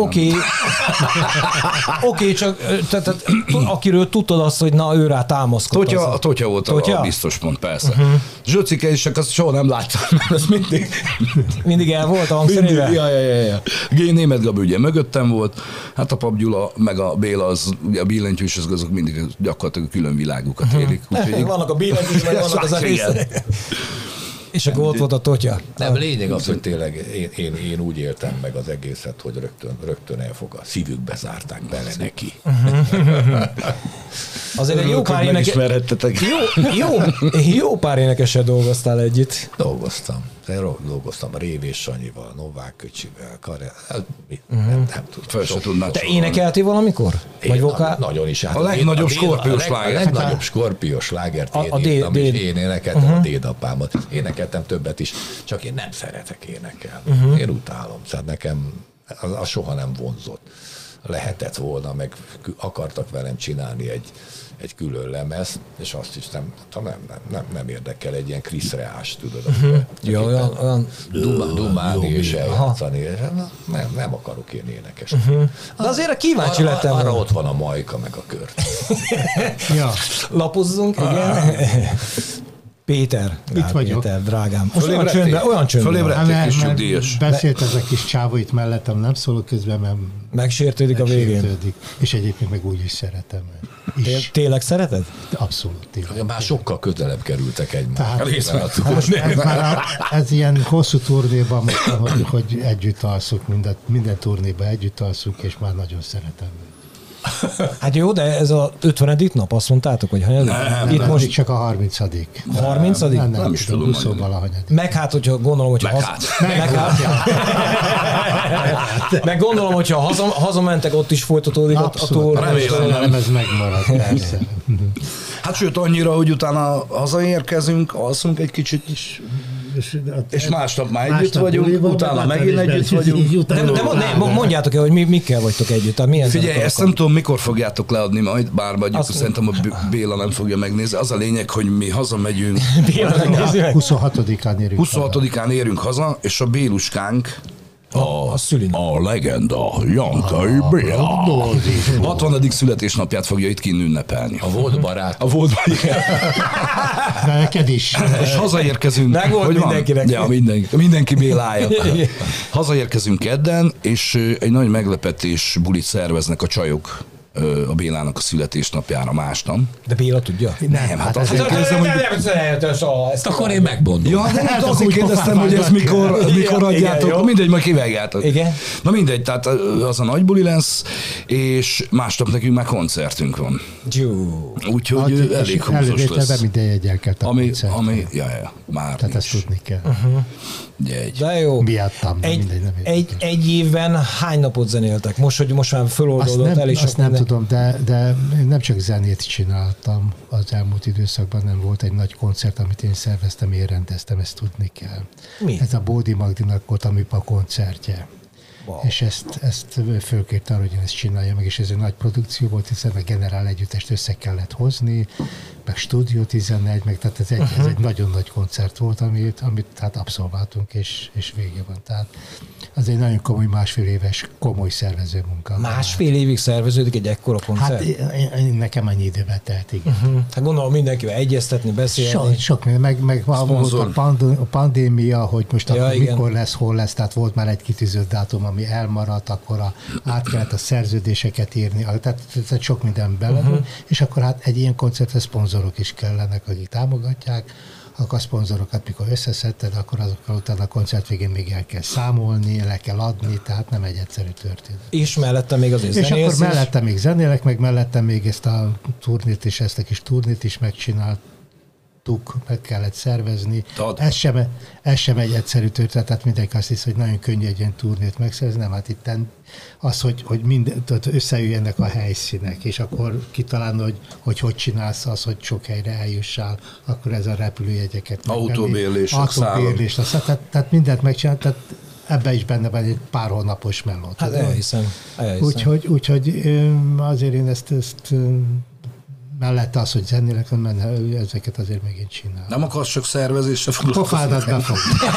[SPEAKER 3] Oké, csak tehát, akiről tudtad azt, hogy na, ő rá támaszkodta.
[SPEAKER 1] Totya volt a biztos pont, persze. Zsöcike is, csak azt soha nem láttam, mert az
[SPEAKER 3] mindig el volt a hangszerével?
[SPEAKER 1] Ja. Német Gabi ugye mögöttem volt, hát a Pap Gyula, meg a Béla, ugye a billentyűs, azok mindig gyakorlatilag külön világukat élik.
[SPEAKER 3] Vannak a billentyűs, meg vannak az egész. És akkor ott volt a Totya.
[SPEAKER 2] Nem, lényeg az, hogy tényleg én úgy éltem meg az egészet, hogy rögtön elfog. A szívükbe zárták bele neki.
[SPEAKER 3] Azért egy jó pár énekessel dolgoztál együtt.
[SPEAKER 2] Dolgoztam Révés Sanyival, Novák Köcsivel, nem tudom.
[SPEAKER 1] Föl se tudnád.
[SPEAKER 3] Te énekeltél valamikor? Vagy vokál?
[SPEAKER 2] Nagyon is.
[SPEAKER 1] A legnagyobb skorpiós sláger.
[SPEAKER 2] A legnagyobb skorpiós slágert én írtam, és én énekeltem a dédapámat. Énekeltem többet is, csak én nem szeretek énekelni. Én utálom. Szóval nekem Az soha nem vonzott. Lehetett volna, meg akartak velem csinálni egy külön lemezt, és azt is nem érdekel egy ilyen Chris Reás, tudod,
[SPEAKER 3] olyan
[SPEAKER 2] dumálni és eljátszani. Nem akarok én énekes.
[SPEAKER 3] De azért kíváncsi lettem.
[SPEAKER 2] Arra ott van a Majka, meg a Kört.
[SPEAKER 3] Lapozzunk, igen. Péter.
[SPEAKER 4] Itt vagyok.
[SPEAKER 3] Péter, drágám. Most olyan csöndben.
[SPEAKER 1] Fölébredték kis nyugdíjas.
[SPEAKER 4] Beszélt ez a kis csávó itt mellettem, nem szólok közben, mert
[SPEAKER 3] megsértődik a végén.
[SPEAKER 4] megsértődik. És egyébként meg úgy is szeretem.
[SPEAKER 3] Tényleg szereted?
[SPEAKER 4] Abszolút. Tényleg.
[SPEAKER 2] Már sokkal közelebb kerültek egymáshoz.
[SPEAKER 4] Ez ilyen hosszú turnéban, hogy együtt alszunk, minden turnéban együtt alszunk, és már nagyon szeretem.
[SPEAKER 3] Hát jó, de ez a 50. nap, azt mondtátok, hogy hanyadik?
[SPEAKER 4] Itt most csak a 30.
[SPEAKER 3] 30.
[SPEAKER 1] Nem is tudom,
[SPEAKER 4] 20-valahanyadik.
[SPEAKER 3] Meg hát, hogyha gondolom, hogyha meg gondolom, hogyha hazamentek, ott is folytatódik a túr.
[SPEAKER 4] Remélem ez megmarad, persze.
[SPEAKER 1] Hát sőt, annyira, hogy utána hazaérkezünk, alszunk egy kicsit is, és másnap már együtt vagyunk, utána megint együtt vagyunk.
[SPEAKER 3] De mondjátok el, hogy mikkel vagytok együtt.
[SPEAKER 1] Figyelj, ezt nem tudom, mikor fogjátok leadni majd, bár mondjuk szerintem a Béla nem fogja megnézni. Az a lényeg, hogy mi hazamegyünk.
[SPEAKER 4] 26-án érünk
[SPEAKER 1] 26-án érünk haza, és a Béluskánk a legenda Jankai Béla 60. születésnapját fogja itt kinn ünnepelni.
[SPEAKER 2] A volt barát.
[SPEAKER 1] A volt barát.
[SPEAKER 4] Neked is.
[SPEAKER 1] És hazaérkezünk.
[SPEAKER 3] Megvolt mindenkinek.
[SPEAKER 1] Ja, mindenki Bélája. Hazaérkezünk kedden, és egy nagy meglepetés bulit szerveznek a csajok a Bélának a születésnapjára másnap.
[SPEAKER 3] De Béla tudja?
[SPEAKER 1] Nem, hát azért kérdezem, hogy...
[SPEAKER 2] Ezt akkor én megmondom.
[SPEAKER 1] Ja, de azért kérdeztem, hogy ezt mikor adjátok. Mindegy, majd kivágjátok.
[SPEAKER 3] Igen.
[SPEAKER 1] Na mindegy, tehát az a nagy buli lesz, és másnap nekünk már koncertünk van. Úgyhogy elég húzós lesz.
[SPEAKER 4] Minden jegyel kell a koncert.
[SPEAKER 1] Már
[SPEAKER 4] tehát ezt tudni kell.
[SPEAKER 3] De jó.
[SPEAKER 4] Miattam,
[SPEAKER 3] egy évben hány napot zenéltek? Most már föloldódott el is.
[SPEAKER 4] Azt nem tudom, de nem csak zenét csináltam az elmúlt időszakban, nem volt egy nagy koncert, amit én szerveztem, én rendeztem, ezt tudni kell.
[SPEAKER 3] Mi?
[SPEAKER 4] Ez a Bódi Magdinak volt a MIPA koncertje. Wow. És ezt fölkérte arra, hogy én ezt csinálja meg, és ez egy nagy produkció volt, hiszen a Generál Együttest össze kellett hozni, meg Stúdió 11, meg tehát ez egy nagyon nagy koncert volt, amit hát abszolváltunk, és vége van. Tehát az egy nagyon komoly másfél éves komoly szervező munka.
[SPEAKER 3] Másfél évig szerveződik egy ekkora koncert?
[SPEAKER 4] Hát nekem annyi időbe telt, igen.
[SPEAKER 3] Hát gondolom mindenkivel egyeztetni, beszélni.
[SPEAKER 4] Sok meg volt a pandémia, hogy most akkor mikor lesz, hol lesz, tehát volt már egy kitűzött dátum, ami elmaradt, akkor át kellett a szerződéseket írni, tehát sok minden belevő, és akkor hát egy ilyen koncertre szponzorok is kellenek, akik támogatják, akkor a szponzorokat, mikor összeszedted, akkor azokkal utána a koncert végén még el kell számolni, le kell adni, tehát nem egy egyszerű történet.
[SPEAKER 3] És mellette még azért
[SPEAKER 4] zenélsz. És akkor mellette még zenélek, meg mellette még ezt a turnét és ezt a kis turnét is megcsináltuk, meg kellett szervezni. Ez sem egy egyszerű történet, tehát mindenki azt hisz, hogy nagyon könnyű egy ilyen turnét megszervezni, nem, hát itt az, hogy összejöjjenek a helyszínek, és akkor kitalálni, hogy csinálsz az, hogy sok helyre eljussál, akkor ez a repülőjegyeket.
[SPEAKER 1] Autóbérlés,
[SPEAKER 4] tehát mindent megcsinál, tehát ebben is benne van egy pár hónapos melót.
[SPEAKER 3] Hát elhiszem.
[SPEAKER 4] Úgyhogy azért én ezt mellette az, hogy zenélek, ezeket azért megint csinál.
[SPEAKER 1] Nem akarsz csak szervezésre foglalkozni?
[SPEAKER 4] Pofádat befog.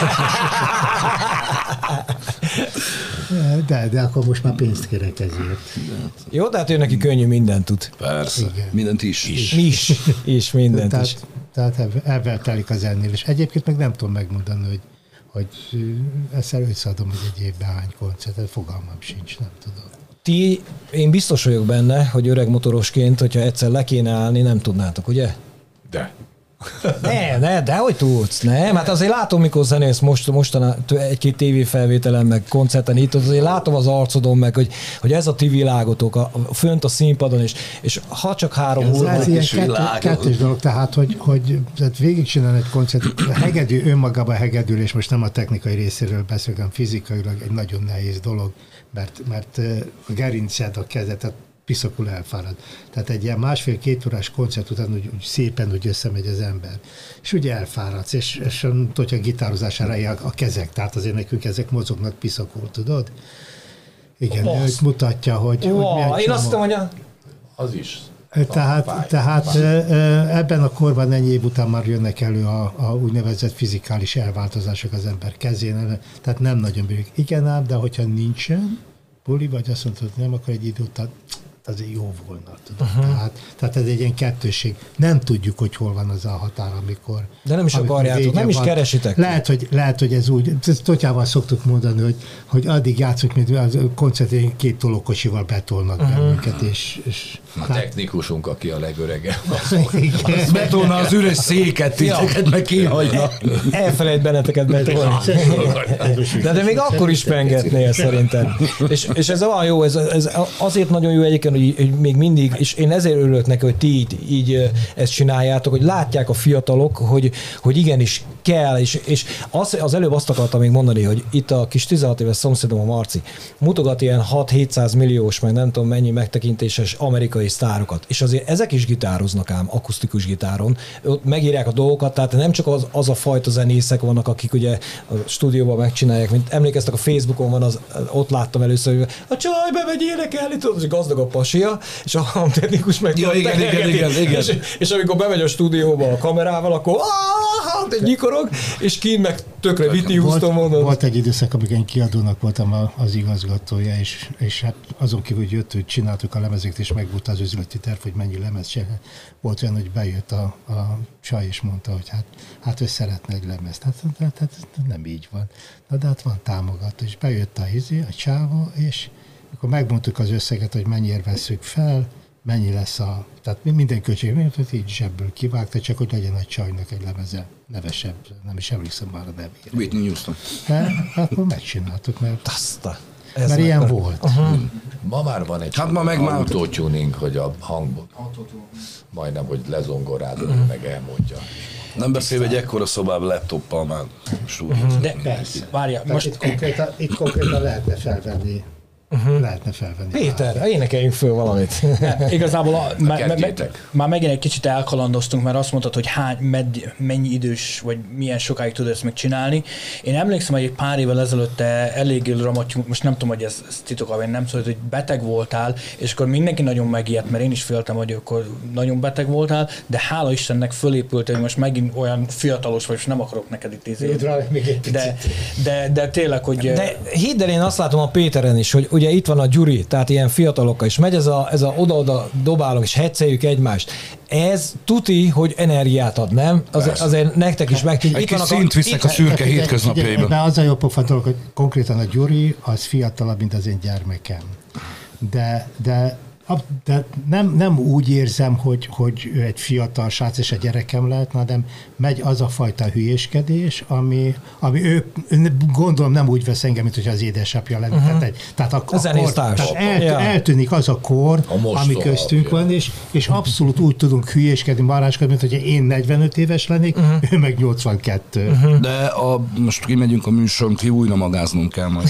[SPEAKER 4] De akkor most már pénzt kérek ezért.
[SPEAKER 3] Jó, de hát ő neki könnyű, mindent tud.
[SPEAKER 1] Persze, igen. Mindent is.
[SPEAKER 3] És mindent
[SPEAKER 4] tehát,
[SPEAKER 3] is.
[SPEAKER 4] Tehát ebben telik a zenélés. Egyébként meg nem tudom megmondani, hogy ezt összeadom, hogy egy évben hány koncertet, fogalmam sincs, nem tudom.
[SPEAKER 3] Én biztos vagyok benne, hogy öreg motorosként, hogyha egyszer le kéne állni, nem tudnátok, ugye?
[SPEAKER 2] De.
[SPEAKER 3] De hogy tudsz? Nem, hát azért látom, mikor zenélsz mostanában egy-két tévéfelvételen, meg koncerten itt, azért látom az arcodon meg, hogy ez a ti világotok, fönt a színpadon, és ha csak 3 óra.
[SPEAKER 4] Ez ilyen kettős dolog, tehát, hogy végigcsinálni egy koncertet, a hegedű önmagában hegedülés, most nem a technikai részéről beszélek, hanem fizikailag egy nagyon nehéz dolog, mert a gerinced, a kezed, piszakul elfárad. Tehát egy ilyen 1,5-2 órás koncert után úgy szépen úgy összemegy az ember. És ugye elfáradsz, és hogyha gitározására a kezek, tehát azért nekünk ezek mozognak piszakul, tudod? Igen, őt mutatja, hogy milyen
[SPEAKER 3] én azt hiszem, hogy
[SPEAKER 2] Az is.
[SPEAKER 4] Tehát ebben a korban ennyi év után már jönnek elő a úgynevezett fizikális elváltozások az ember kezén, tehát nem nagyon bírjuk. Igen ám, de hogyha nincsen buli, vagy azt mondod, hogy nem, akkor egy idő után azért jó volna. Tehát ez egy ilyen kettőség. Nem tudjuk, hogy hol van az a határ, amikor...
[SPEAKER 3] De nem is akarjátok, nem is keresitek.
[SPEAKER 4] Lehet, hogy ez úgy, Totyával szoktuk mondani, hogy addig játszunk, mint a koncertén 2 tolókocsival betolnak bennünket, és
[SPEAKER 2] a technikusunk, aki a legöregebb.
[SPEAKER 1] Betolna az üres széket, titeket meg kihagyna.
[SPEAKER 3] Elfelejt benneteket betolni. De még akkor is pengetnél szerintem. És ez olyan jó, ez azért nagyon jó egyébként, hogy még mindig, és én ezért örülök neki, hogy ti így ezt csináljátok, hogy látják a fiatalok, hogy igenis kell, és az előbb azt akartam még mondani, hogy itt a kis 16 éves szomszédom, a Marci, mutogat ilyen 6-700 milliós, meg nem tudom mennyi megtekintéses amerikai sztárokat, és azért ezek is gitároznak ám, akusztikus gitáron, ott megírják a dolgokat, tehát nem csak az a fajta zenészek vannak, akik ugye a stúdióban megcsinálják, mint emlékeztek, a Facebookon van, ott láttam először, hogy a csaj bemegy énekelni, tudod, és gazdag a pasia, és a hangtechnikus meg
[SPEAKER 1] igen.
[SPEAKER 3] És amikor bemegy a stúdióba a kamerával, akkor egy nyikorog, és kint meg tökre Whitney Houston mondod.
[SPEAKER 4] Volt egy időszak, amikor én kiadónak voltam az igazgatója, és hát azon kívül, hogy jött, hogy csináltuk a lemezeket, és meg volt az üzleti terv, hogy mennyi lemez csinál. Volt olyan, hogy bejött a csaj, és mondta, hogy hát ő szeretne egy lemezt. Hát nem így van. Na, de hát van támogató, és bejött a csávó, és akkor megmondtuk az összeget, hogy mennyire veszük fel, mennyi lesz tehát minden költség, hogy így zsebből kivágta, csak hogy legyen a csajnak egy lemeze nevesebb, nem is emlékszem már a nevére.
[SPEAKER 1] Whitney Houston.
[SPEAKER 4] De akkor megcsináltuk, mert ilyen volt.
[SPEAKER 2] Ma már van egy autotuning, hogy a hangból majdnem, hogy lezongorázod, meg elmondja.
[SPEAKER 1] Nem beszélve egy ekkora szobában laptoppal már stúdiót.
[SPEAKER 5] De várja, most
[SPEAKER 4] itt konkrétan lehetne felvenni.
[SPEAKER 3] Péter, énekeljünk föl valamit.
[SPEAKER 5] Igazából már megint egy kicsit elkalandoztunk, mert azt mondtad, hogy mennyi idős, vagy milyen sokáig tudod ezt megcsinálni. Én emlékszem, hogy egy pár évvel ezelőtt eléggé dramatikusan, most nem tudom, hogy ez titok, vagy nem szólt, hogy beteg voltál, és akkor mindenki nagyon megijedt, mert én is féltem, hogy akkor nagyon beteg voltál, de hála Istennek fölépült, hogy most megint olyan fiatalos vagy, és nem akarok neked itt de tényleg, hogy...
[SPEAKER 3] De hidd el, én azt látom a Péteren is, hogy ugye itt van a Gyuri, tehát ilyen fiatalokkal, és megy ez a oda-oda dobálunk, és hecceljük egymást. Ez tuti, hogy energiát ad, nem? Azért nektek is meg...
[SPEAKER 1] Egy kis szint visznek a szürke hétköznapjaiban.
[SPEAKER 4] De az a jobb pofa dolog, hogy konkrétan a Gyuri az fiatalabb, mint az én gyermekem. De nem úgy érzem, hogy ő egy fiatal srác és a gyerekem lehet, hanem megy az a fajta hülyéskedés, ami ő gondolom nem úgy vesz engem, mint hogy az édesapja lenne. Tehát eltűnik az a kor, ami köztünk van, és abszolút úgy tudunk hülyéskedni, maráskodni, mint hogy én 45 éves lennék, ő meg 82.
[SPEAKER 1] De most kimegyünk a műsoron, ki újra magáznunk kell majd.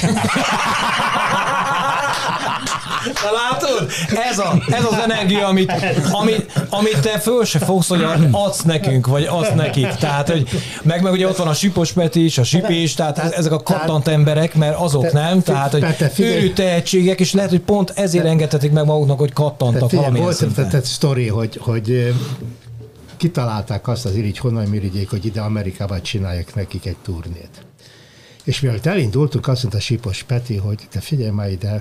[SPEAKER 3] Na látod? Ez az energia, amit te föl se fogsz, hogy adsz nekünk, vagy adsz nekik. Tehát, hogy meg ugye ott van a Sipos Peti is, a Sipi is, tehát ezek a kattant emberek, mert azok nem, tehát, hogy őrű tehetségek, és lehet, hogy pont ezért engedhetik meg maguknak, hogy kattantak valamilyen szinten.
[SPEAKER 4] Volt egy sztori, hogy kitalálták azt az irigy, honnan irigyék, hogy ide Amerikában csinálják nekik egy turnét. És mielőtt elindultunk, azt mondta Sipos Peti, hogy te figyelj már ide,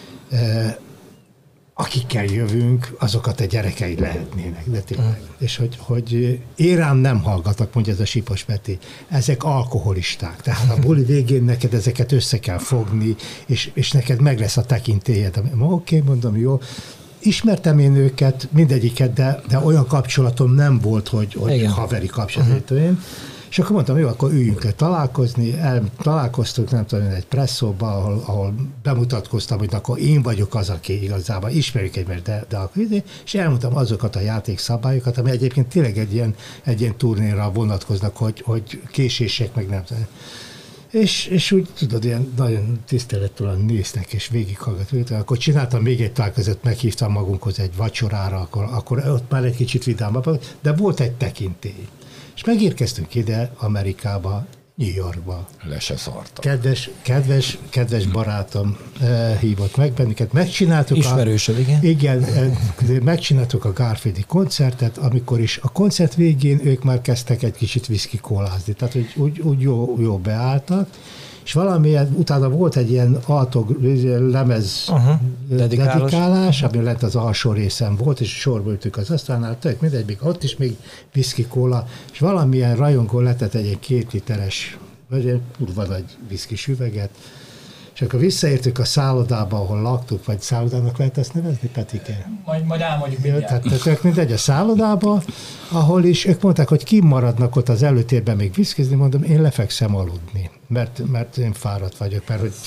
[SPEAKER 4] akikkel jövünk, azokat a gyerekeid lehetnének, de tényleg. És hogy én rám nem hallgatok, mondja ez a Sipos Peti, ezek alkoholisták, tehát a buli végén neked ezeket össze kell fogni, és neked meg lesz a tekintélyed. Oké, mondom, jó. Ismertem én őket, mindegyiket, de olyan kapcsolatom nem volt, hogy haveri kapcsolat. És akkor mondtam, jó, akkor üljünk le találkozni, találkoztunk, nem tudom, egy presszóba, ahol bemutatkoztam, hogy akkor én vagyok az, aki igazából ismerjük egymást, de akkor és elmondtam azokat a játékszabályokat, ami egyébként tényleg egy ilyen turnéra vonatkoznak, hogy késések, meg nem tudom. És úgy, tudod, ilyen nagyon tiszteletlen néznek, és végighallgatnak. Akkor csináltam még egy találkozót, meghívtam magunkhoz egy vacsorára, akkor ott már egy kicsit vidámabb, de volt egy tekintély. És megérkeztünk ide, Amerikába, New Yorkba.
[SPEAKER 2] Le se szartam.
[SPEAKER 4] Kedves barátom hívott meg bennünket. Megcsináltuk
[SPEAKER 3] Ismerősöd, igen.
[SPEAKER 4] Igen, megcsináltuk a Garfieldi koncertet, amikor is a koncert végén ők már kezdtek egy kicsit viszkikólázni, tehát úgy jó beálltak, és valamilyen, utána volt egy ilyen lemez dedikálás, ami lett az alsó részen volt, és sorba ültük az asztalnál, tök mindegy, még ott is még viszkikóla, és valamilyen rajongó letett egy 2 literes, vagy egy kurva nagy viszkis üveget, és akkor visszaértük a szállodába, ahol laktuk, vagy szállodának lehet ezt nevezni, Petike?
[SPEAKER 5] Majd elmondjuk mindjárt.
[SPEAKER 4] Tehát tök mindegy a szállodába, ahol is ők mondták, hogy kimaradnak ott az előtérben még viszkizni, mondom, én lefekszem aludni, mert én fáradt vagyok,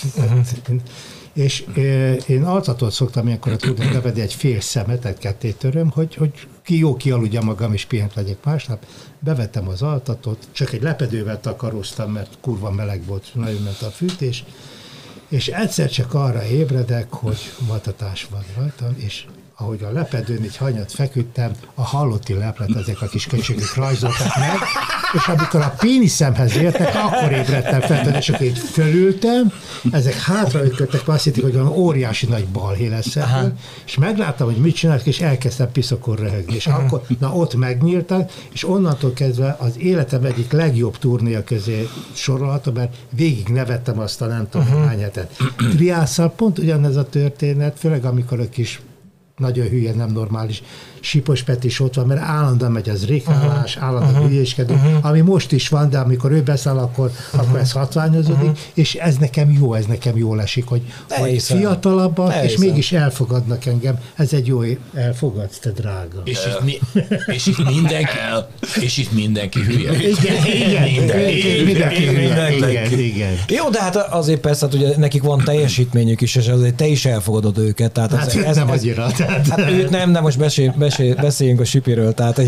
[SPEAKER 4] és én altatót szoktam ilyenkor tudni bevedni egy fél szemet, egy kettétöröm, hogy kialudja magam, és pihent legyek másnap. Bevettem az altatót, csak egy lepedővel takaróztam, mert kurva meleg volt, nagyon ment a fűtés, és egyszer csak arra ébredek, hogy matatás van rajtam, és ahogy a lepedőn így hanyat feküdtem, a halotti leplet ezek a kis köcsögök rajzoltak meg, és amikor a péniszemhez értek, akkor ébredtem fel, és akkor így fölültem, ezek hátraütködtek, azt hitték, hogy olyan óriási nagy balhé lesz ebből, és megláttam, hogy mit csinálok, és elkezdtem piszokon röhögni. És akkor, ott megnyíltak, és onnantól kezdve az életem egyik legjobb turnéja közé sorolhatom, mert végig nevettem azt a nem tudom hány hetet. Triásszal pont ugyanez a történet, főleg amikor a kis nagyon hülye, nem normális Sipos Peti is ott van, mert állandóan megy az rékálás, állandóan hülyéskedő, ami most is van, de amikor ő beszáll, akkor ez hatványozódik, és ez nekem jól esik, hogy fiatalabbak, és mégis elfogadnak engem. Ez egy jó, elfogadsz, te drága.
[SPEAKER 2] És itt mindenki hülye.
[SPEAKER 4] Igen.
[SPEAKER 3] Jó, de hát azért persze, hát ugye nekik van teljesítményük is, és azért te is elfogadod őket. Tehát
[SPEAKER 4] ez nem annyira.
[SPEAKER 3] Hát őt nem, de most beszéljünk a Sipiről. Tehát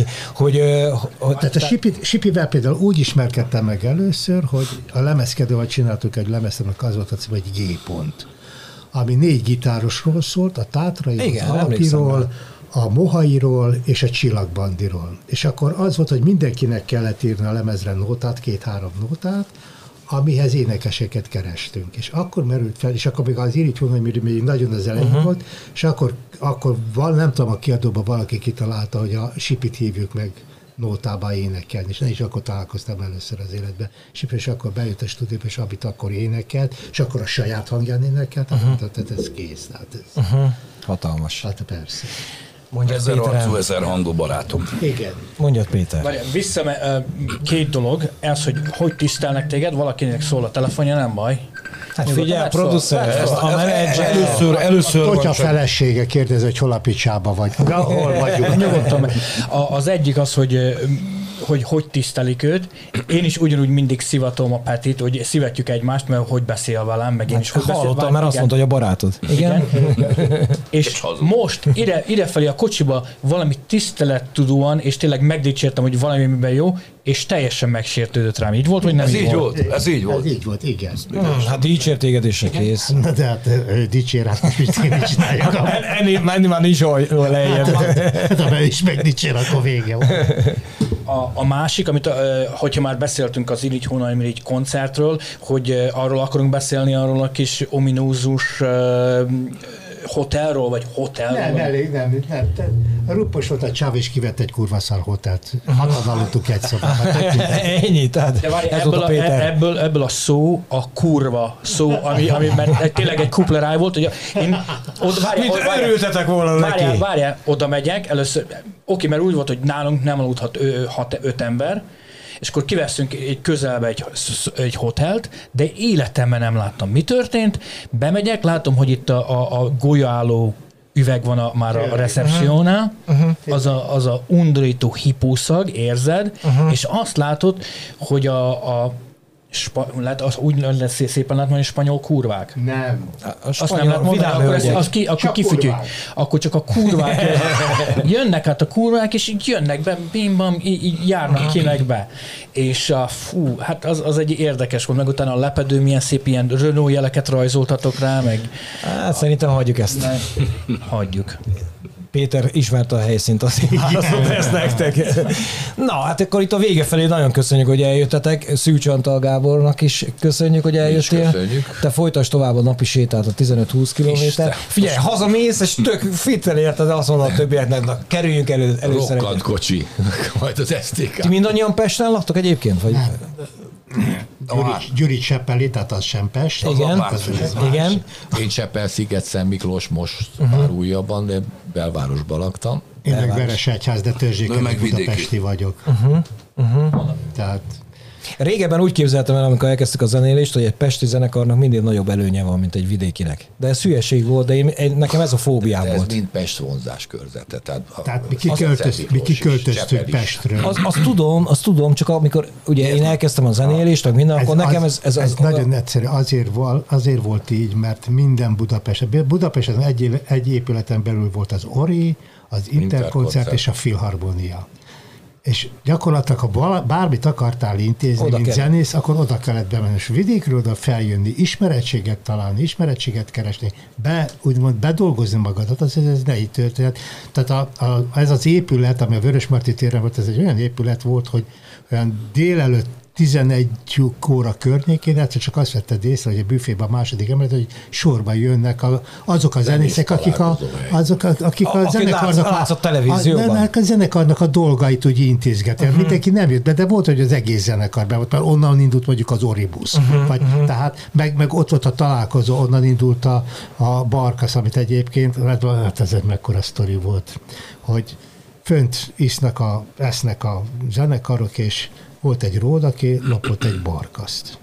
[SPEAKER 4] a Sipivel például úgy ismerkedtem meg először, hogy a lemezkedővel csináltuk egy lemezt, aminek az volt a cím, hogy G-pont, ami 4 gitárosról szólt, a Tátrai, az Alapiról, a Mohairól és a Csillagbandiról. És akkor az volt, hogy mindenkinek kellett írni a lemezre nótát, 2-3 nótát, amihez énekeseket kerestünk. És akkor merült fel, és akkor még az Irigy Hunor még nagyon az elején volt, és akkor nem tudom, a kiadóban valaki kitalálta, hogy a Sipit hívjuk meg nótába énekelni, és akkor találkoztam először az életben. És akkor bejött a stúdióba, és Abit akkor énekelt, és akkor a saját hangján énekelt, tehát ez kész.
[SPEAKER 3] Hatalmas.
[SPEAKER 4] Hát persze.
[SPEAKER 3] Mondja
[SPEAKER 1] 1000 arcú, 1000 hangú barátom.
[SPEAKER 4] Igen.
[SPEAKER 3] Mondjad, Péter.
[SPEAKER 5] Vissza, 2 dolog. Ez, hogy tisztelnek téged, valakinek szól a telefonja, nem baj.
[SPEAKER 3] Hát figyelj, a producer,
[SPEAKER 1] először
[SPEAKER 4] Hogyha
[SPEAKER 1] van
[SPEAKER 4] felesége kérdezi, hogy hol a picsába vagy. Hol vagyunk.
[SPEAKER 5] Nyugodtan. Az egyik az, hogy tisztelik őt. Én is ugyanúgy mindig szivatom a Petit, hogy szivatjuk egymást, mert hogy beszél velem, meg én is hogy beszél.
[SPEAKER 3] Hallottam, mert azt mondta, hogy a barátod.
[SPEAKER 5] Igen. És most idefelé a kocsiba valami tisztelettudóan, és tényleg megdicsértem, hogy valamiben jó, és teljesen megsértődött rám. Így volt, vagy nem így volt?
[SPEAKER 1] Ez így volt.
[SPEAKER 4] Ez így volt, igen.
[SPEAKER 3] Hát dicsért téged is, kész.
[SPEAKER 4] Na de hát dicsér, hát most én is csináljuk.
[SPEAKER 3] Menni már nincs lejjebb.
[SPEAKER 4] Hát ha is megdicsér, akkor vége van.
[SPEAKER 5] A másik, amit, hogyha már beszéltünk az Irigy Hunor Mirigy koncertről, hogy arról akarunk beszélni, arról a kis ominózus hotelról, vagy hotelról?
[SPEAKER 4] Nem. A Ruppos volt, a Csáv is kivett egy kurva szar hotelt. Hatan aludtuk egy szobában.
[SPEAKER 3] Ennyi, tehát
[SPEAKER 5] de várj, ebből a szó, a kurva szó, ami mert tényleg egy kupleráj volt, hogy
[SPEAKER 3] örültetek volna neki.
[SPEAKER 5] Várjál, oda megyek, először, oké, mert úgy volt, hogy nálunk nem aludhat 5 ember, és akkor kiveszünk egy közelbe egy hotelt, de életemben nem láttam, mi történt. Bemegyek, látom, hogy itt a golyaálló üveg van már a recepciónál, az a undorító hipószag, érzed, és azt látod, hogy úgy lesz szépen látni, hogy spanyol kurvák.
[SPEAKER 4] Nem.
[SPEAKER 5] Azt nem lehet mondani, akkor kifütyük. Akkor csak a kurvák jönnek át a kurvák, és így jönnek be, bim-bam, így járnak kinek be. És hát az egy érdekes volt, meg utána a lepedő, milyen szép ilyen Renault jeleket rajzoltatok rá, meg...
[SPEAKER 3] Hát szerintem hagyjuk ezt.
[SPEAKER 5] Hagyjuk.
[SPEAKER 3] Péter ismerte a helyszínt, azért válaszolt ezt nektek. Na, hát akkor itt a vége felé nagyon köszönjük, hogy eljöttetek. Szűcs Antal Gábornak is köszönjük, hogy eljöttél.
[SPEAKER 2] Köszönjük.
[SPEAKER 3] Te folytasd tovább a napi sétát, a 15-20 kilométer. Figyelj, hazamész, és tök fittel érted, azt mondod a többieknek, na, kerüljünk először.
[SPEAKER 2] Rokkant kocsi, majd az STK.
[SPEAKER 3] Ti mindannyian Pesten laktok egyébként? Vagy?
[SPEAKER 4] Gyuri Cseppeli, tehát az sem Pest.
[SPEAKER 3] Igen. Igen.
[SPEAKER 2] Én Cseppel-sziget, Szent Miklós, most már újabban, de belvárosban laktam.
[SPEAKER 4] Én meg Veresegyház, de törzséken budapesti vagyok. Tehát
[SPEAKER 3] Régebben úgy képzeltem el, amikor elkezdtük a zenélést, hogy egy pesti zenekarnak mindig nagyobb előnye van, mint egy vidékinek. De ez hülyeség volt, de nekem ez a fóbiám
[SPEAKER 2] ez
[SPEAKER 3] volt.
[SPEAKER 2] mind Pest vonzás körzete. Tehát
[SPEAKER 4] mi kiköltöztünk Pestről.
[SPEAKER 3] Azt tudom, csak amikor ugye én elkezdtem a zenélést, meg minden, akkor nekem ez
[SPEAKER 4] nagyon egyszerű. Azért volt így, mert minden Budapesten egy épületen belül volt az Ori, az Interkoncert és a Filharmonia. És gyakorlatilag, ha bármit akartál intézni, mint zenész, akkor oda kellett bemenni, és vidékről oda feljönni, ismerettséget találni, ismerettséget keresni, úgymond bedolgozni magadat, ez ne így történt. Tehát ez az épület, ami a Vörösmarty téren volt, ez egy olyan épület volt, hogy olyan délelőtt 11 óra környékén, egyszer csak azt vetted észre, hogy a büfében a második emelet, hogy sorba jönnek azok a zenészek, akik a zenekarnak a dolgait úgy intézgetni. Mindenki nem jött be, de volt, hogy az egész zenekar be volt, mert onnan indult mondjuk az Oribusz. Tehát meg ott volt a találkozó, onnan indult a Barkasz, amit egyébként, hát ez egy mekkora sztori volt, hogy fönt esznek a zenekarok, és volt egy ród, aki lopott egy Barkaszt.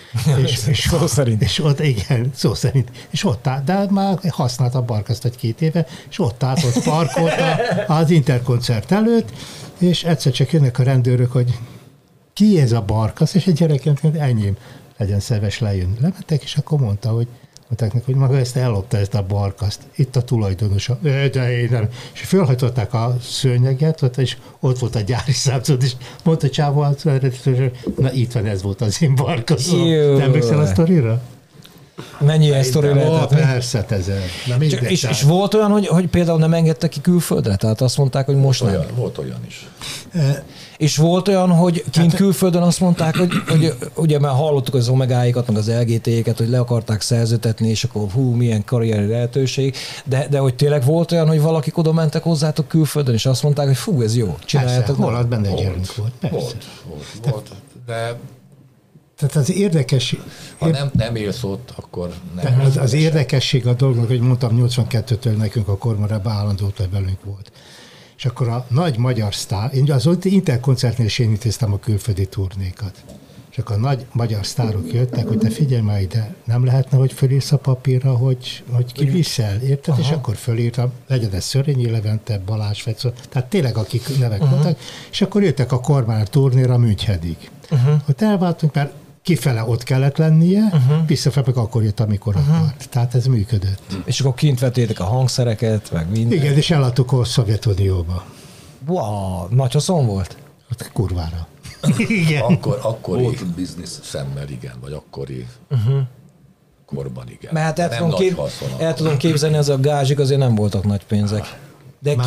[SPEAKER 3] Szó szerint.
[SPEAKER 4] És ott, igen, szó szerint. És ott állt, de már használta a Barkaszt 1-2 éve, és ott állt, ott parkolt az Interkoncert előtt, és egyszer csak jönnek a rendőrök, hogy ki ez a Barkasz, és egy gyerekem, enyém, legyen szíves lejön. Lementek, és akkor mondták neki, hogy maga ezt ellopta, ezt a Barkaszt. Itt a tulajdonosa. De én nem. És fölhajtották a szőnyeget, és ott volt a gyári számszót, és mondta Csávó, na itt van, ez volt az én Barkaszom. Te emlékszel a sztorira?
[SPEAKER 3] Mennyi ilyen sztori lehetett?
[SPEAKER 4] Persze, ezer.
[SPEAKER 3] És volt olyan, hogy például nem engedtek ki külföldre? Tehát azt mondták, hogy most nem.
[SPEAKER 2] Volt olyan is.
[SPEAKER 3] És volt olyan, hogy kint külföldön azt mondták, hogy ugye már hallottuk az Omegáikat, meg az LGT-ket, hogy le akarták szerzőtetni, és akkor milyen karrieri lehetőség, de hogy tényleg volt olyan, hogy valakik oda mentek hozzátok külföldön, és azt mondták, hogy ez jó, csináljátok.
[SPEAKER 4] Holland menedzserünk volt.
[SPEAKER 2] Volt, de
[SPEAKER 4] tehát az érdekes...
[SPEAKER 2] Ha nem élsz ott, akkor nem.
[SPEAKER 4] Az érdekesség a dolgnak, hogy mondtam, 82-től nekünk a Kormorában állandó velünk volt. És akkor a nagy magyar sztár, én az Interkoncertnél is én intéztem a külföldi turnékat. És akkor a nagy magyar sztárok jöttek, hogy te figyelj már ide, nem lehetne, hogy fölírsz a papírra, hogy kiviszel, érted? Aha. És akkor fölírtam, legyen ez Szörényi Levente, Balázs Fecó, tehát tényleg akik nevek voltak, és akkor jöttek a Kormár turnéra Münchedig. Ott elváltunk, mert kifele ott kellett lennie, visszafele meg akkor jött, amikor akart. Tehát ez működött.
[SPEAKER 3] És akkor kint vettétek a hangszereket, meg minden.
[SPEAKER 4] Igen, és eladtuk a Szovjetunióba.
[SPEAKER 3] Wow, nagy haszon volt?
[SPEAKER 4] Hát kurvára.
[SPEAKER 2] Igen. Akkori szemmel, igen, vagy akkori korban, igen.
[SPEAKER 3] Mert hát el tudom képzelni, az a gázsik azért nem voltak nagy pénzek. De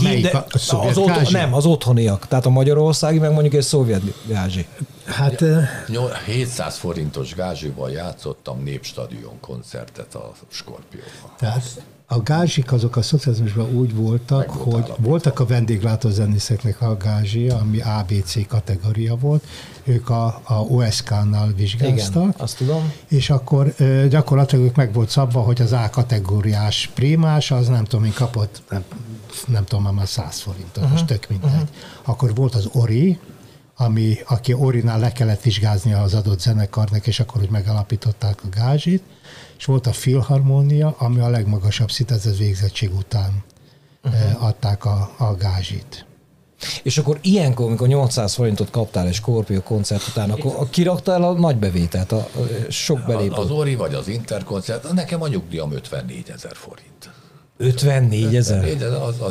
[SPEAKER 3] az otthoniak, tehát a magyarországi, meg mondjuk egy szovjet gázsi.
[SPEAKER 4] Hát
[SPEAKER 2] 700 forintos gázsival játszottam Népstadion koncertet a Skorpióban.
[SPEAKER 4] Tehát a gázsik azok a szocializmusban úgy voltak, hogy voltak a vendéglátó zenészeknek a gázsia, ami ABC kategória volt, ők a OSK-nál vizsgáztak.
[SPEAKER 3] Igen, azt tudom.
[SPEAKER 4] És akkor gyakorlatilag ők meg volt szabva, hogy az A kategóriás prémás, az nem tudom, én kapott, nem tudom, már 100 forintot, most tök mindegy. Akkor volt az Ori, aki Orinál le kellett vizsgáznia az adott zenekarnak, és akkor úgy megalapították a gázsit, és volt a Filharmonia, ami a legmagasabb szint, ez az végzettség után adták a gázsit.
[SPEAKER 3] És akkor ilyenkor, amikor 800 forintot kaptál egy Scorpio koncert után, akkor kiraktál a nagy bevételt, a sok belépő?
[SPEAKER 2] Az Ori vagy az Interkoncert, nekem a nyugdíjam 54 000 forint.
[SPEAKER 3] 54 000?
[SPEAKER 2] Az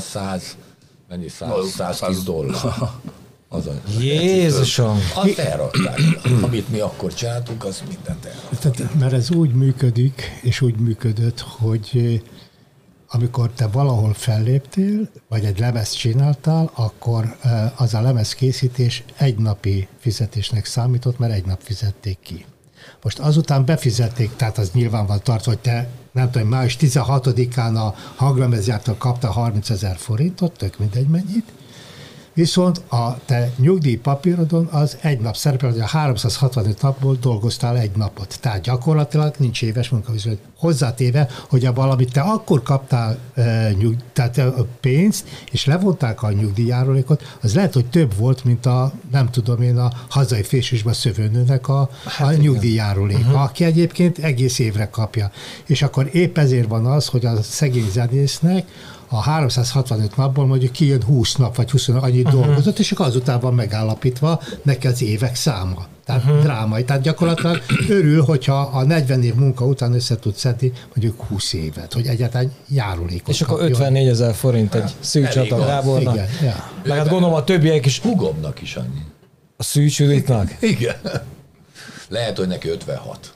[SPEAKER 2] 110 dollár.
[SPEAKER 3] Jézusom!
[SPEAKER 2] Azt elrakták. Amit mi akkor csináltunk, az mindent elrakták.
[SPEAKER 4] Mert ez úgy működik, és úgy működött, hogy amikor te valahol felléptél, vagy egy lemezt csináltál, akkor az a lemez készítés egynapi fizetésnek számított, mert egy nap fizették ki. Most azután befizették, tehát az nyilván van tartva, hogy te, nem tudom, május 16-án a hanglemezgyártól kapta 30 000 forintot, tök mindegy mennyit, viszont a te nyugdíjpapírodon az egy nap szerepel, hogy a 365 napból dolgoztál egy napot. Tehát gyakorlatilag nincs éves munkaviszony. Hozzátéve, hogy a valamit te akkor kaptál tehát pénzt, és levonták a nyugdíjjárulékot, az lehet, hogy több volt, mint a, nem tudom én, a hazai fésűsbe szövőnőnek a nyugdíjjáruléka, aki egyébként egész évre kapja. És akkor épp ezért van az, hogy a szegény zenésznek a 365 napból mondjuk kijön 20 nap, vagy 20 annyit dolgozott, és akkor azután van megállapítva neki az évek száma. Tehát drámai. Tehát gyakorlatilag örül, hogyha a 40 év munka után össze tud szedni mondjuk 20 évet, hogy egyáltalán járulékot
[SPEAKER 3] és akkor
[SPEAKER 4] kapjon.
[SPEAKER 3] 54 000 forint egy Szűcs Csata Gábornak.
[SPEAKER 4] Igen, ja.
[SPEAKER 3] Meg hát gondolom a többiek is.
[SPEAKER 2] Hugomnak is annyi.
[SPEAKER 3] A Szűcs Juditnak?
[SPEAKER 2] Igen. Lehet, hogy neki 56.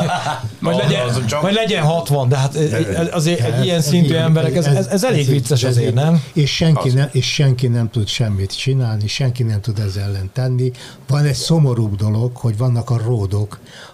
[SPEAKER 3] Vagy legyen 60, de hát azért egy ilyen szintű emberek, ez elég vicces azért, nem?
[SPEAKER 4] És senki nem tud semmit csinálni, senki nem tud ezzel ellen tenni. Van egy szomorúbb dolog, hogy vannak a ródok,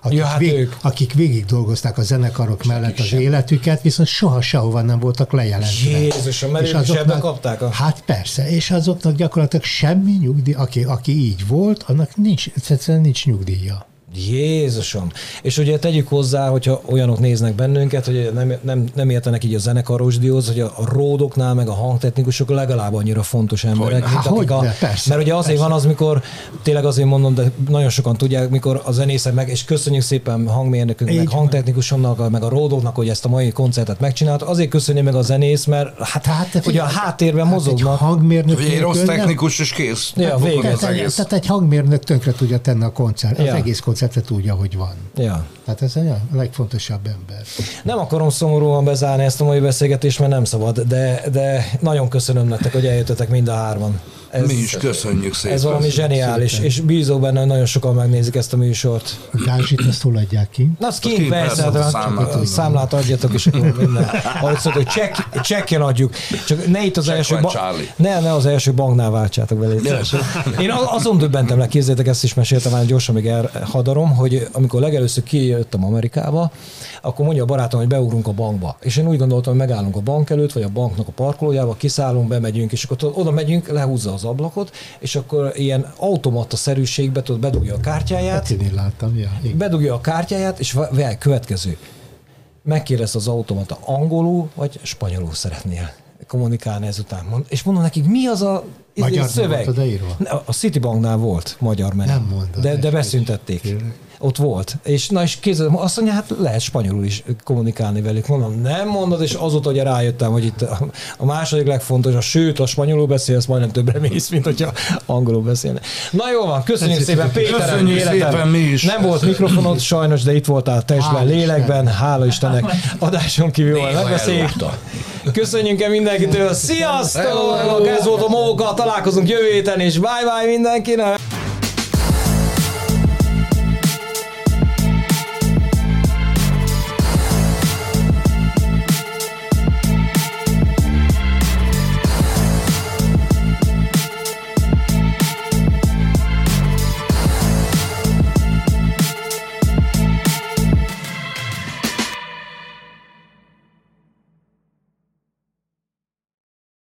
[SPEAKER 4] akik végig dolgozták a zenekarok mellett az életüket, viszont soha sehova nem voltak lejelentve.
[SPEAKER 3] Jézusom, mert ők is ebben kapták a...
[SPEAKER 4] Hát persze, és azoknak gyakorlatilag semmi nyugdíj, aki így volt, annak egyszerűen nincs nyugdíja.
[SPEAKER 3] Jézusom! És ugye tegyük hozzá, hogyha olyanok néznek bennünket, hogy nem értenek így a zenekarosdihoz, hogy a ródoknál, meg a hangtechnikusok legalább annyira fontos emberek, mint akik mert ugye azért van az, mikor, tényleg azért mondom, de nagyon sokan tudják, mikor a zenészek meg, és köszönjük szépen hangmérnökünk, meg hangtechnikusomnak, meg a ródoknak, hogy ezt a mai koncertet megcsinált. Azért köszönjük meg a zenész, mert hát ugye a háttérben mozognak.
[SPEAKER 4] Egy hangmérnök
[SPEAKER 1] egy rossz technikus és kész.
[SPEAKER 3] Ja,
[SPEAKER 4] tehát egy hangmérnök tönkre tudja tenni a koncert, az egész koncertet úgy, ahogy van.
[SPEAKER 3] Ja.
[SPEAKER 4] Tehát ez a legfontosabb ember.
[SPEAKER 3] Nem akarom szomorúan bezárni ezt a mai beszélgetést, mert nem szabad, de nagyon köszönöm nektek, hogy eljöttetek mind a hárman.
[SPEAKER 1] Mi is köszönjük szépen.
[SPEAKER 3] Ez valami zseniális, szépen. És bízok benne, hogy nagyon sokan megnézik ezt a műsort.
[SPEAKER 4] A gázsit azt hol adják ki?
[SPEAKER 3] Na, azt kint persze, számlát adjatok, és akkor minden. Ahogy szólt, hogy csekken adjuk. Csak ne itt az első... Ne az első banknál váltsátok belé. Én azon döbbentem le, képzeljétek, ezt is meséltem, már gyorsan még elhadarom, hogy amikor legelőször kijöttem Amerikába, akkor mondja a barátom, hogy beugrunk a bankba. És én úgy gondoltam, hogy megállunk a bank előtt, vagy a banknak a parkolójába, kiszállunk, bemegyünk, és akkor oda megyünk, lehúzza az ablakot, és akkor ilyen automata-szerűségbe bedugja a kártyáját.
[SPEAKER 4] Én láttam, ja.
[SPEAKER 3] Bedugja a kártyáját, és következő. Megkérdez az automata, angolul vagy spanyolul szeretnél kommunikálni ezután. És mondom nekik, mi az a szöveg? A Citibanknál volt magyar menet.
[SPEAKER 4] Nem mondod.
[SPEAKER 3] De beszüntették. Ott volt. És képzeld, azt mondja, hát lehet spanyolul is kommunikálni velük. Mondom, nem mondod, és azóta ugye rájöttem, hogy itt a második legfontosabb, sőt, a spanyolul beszélsz, majdnem többre mész, mint hogyha angolul beszélne. Na jó van, köszönjük szépen, Péter.
[SPEAKER 1] Köszönjük szépen mi is.
[SPEAKER 3] Nem volt mikrofonod sajnos, de itt voltál testben, lélekben, hála Istennek. Adáson kívül megbeszéljük. Köszönjünk mindenkitől. Sziasztok! Ez volt a Móka, találkozunk jövő héten, és bye-bye mindenkinek!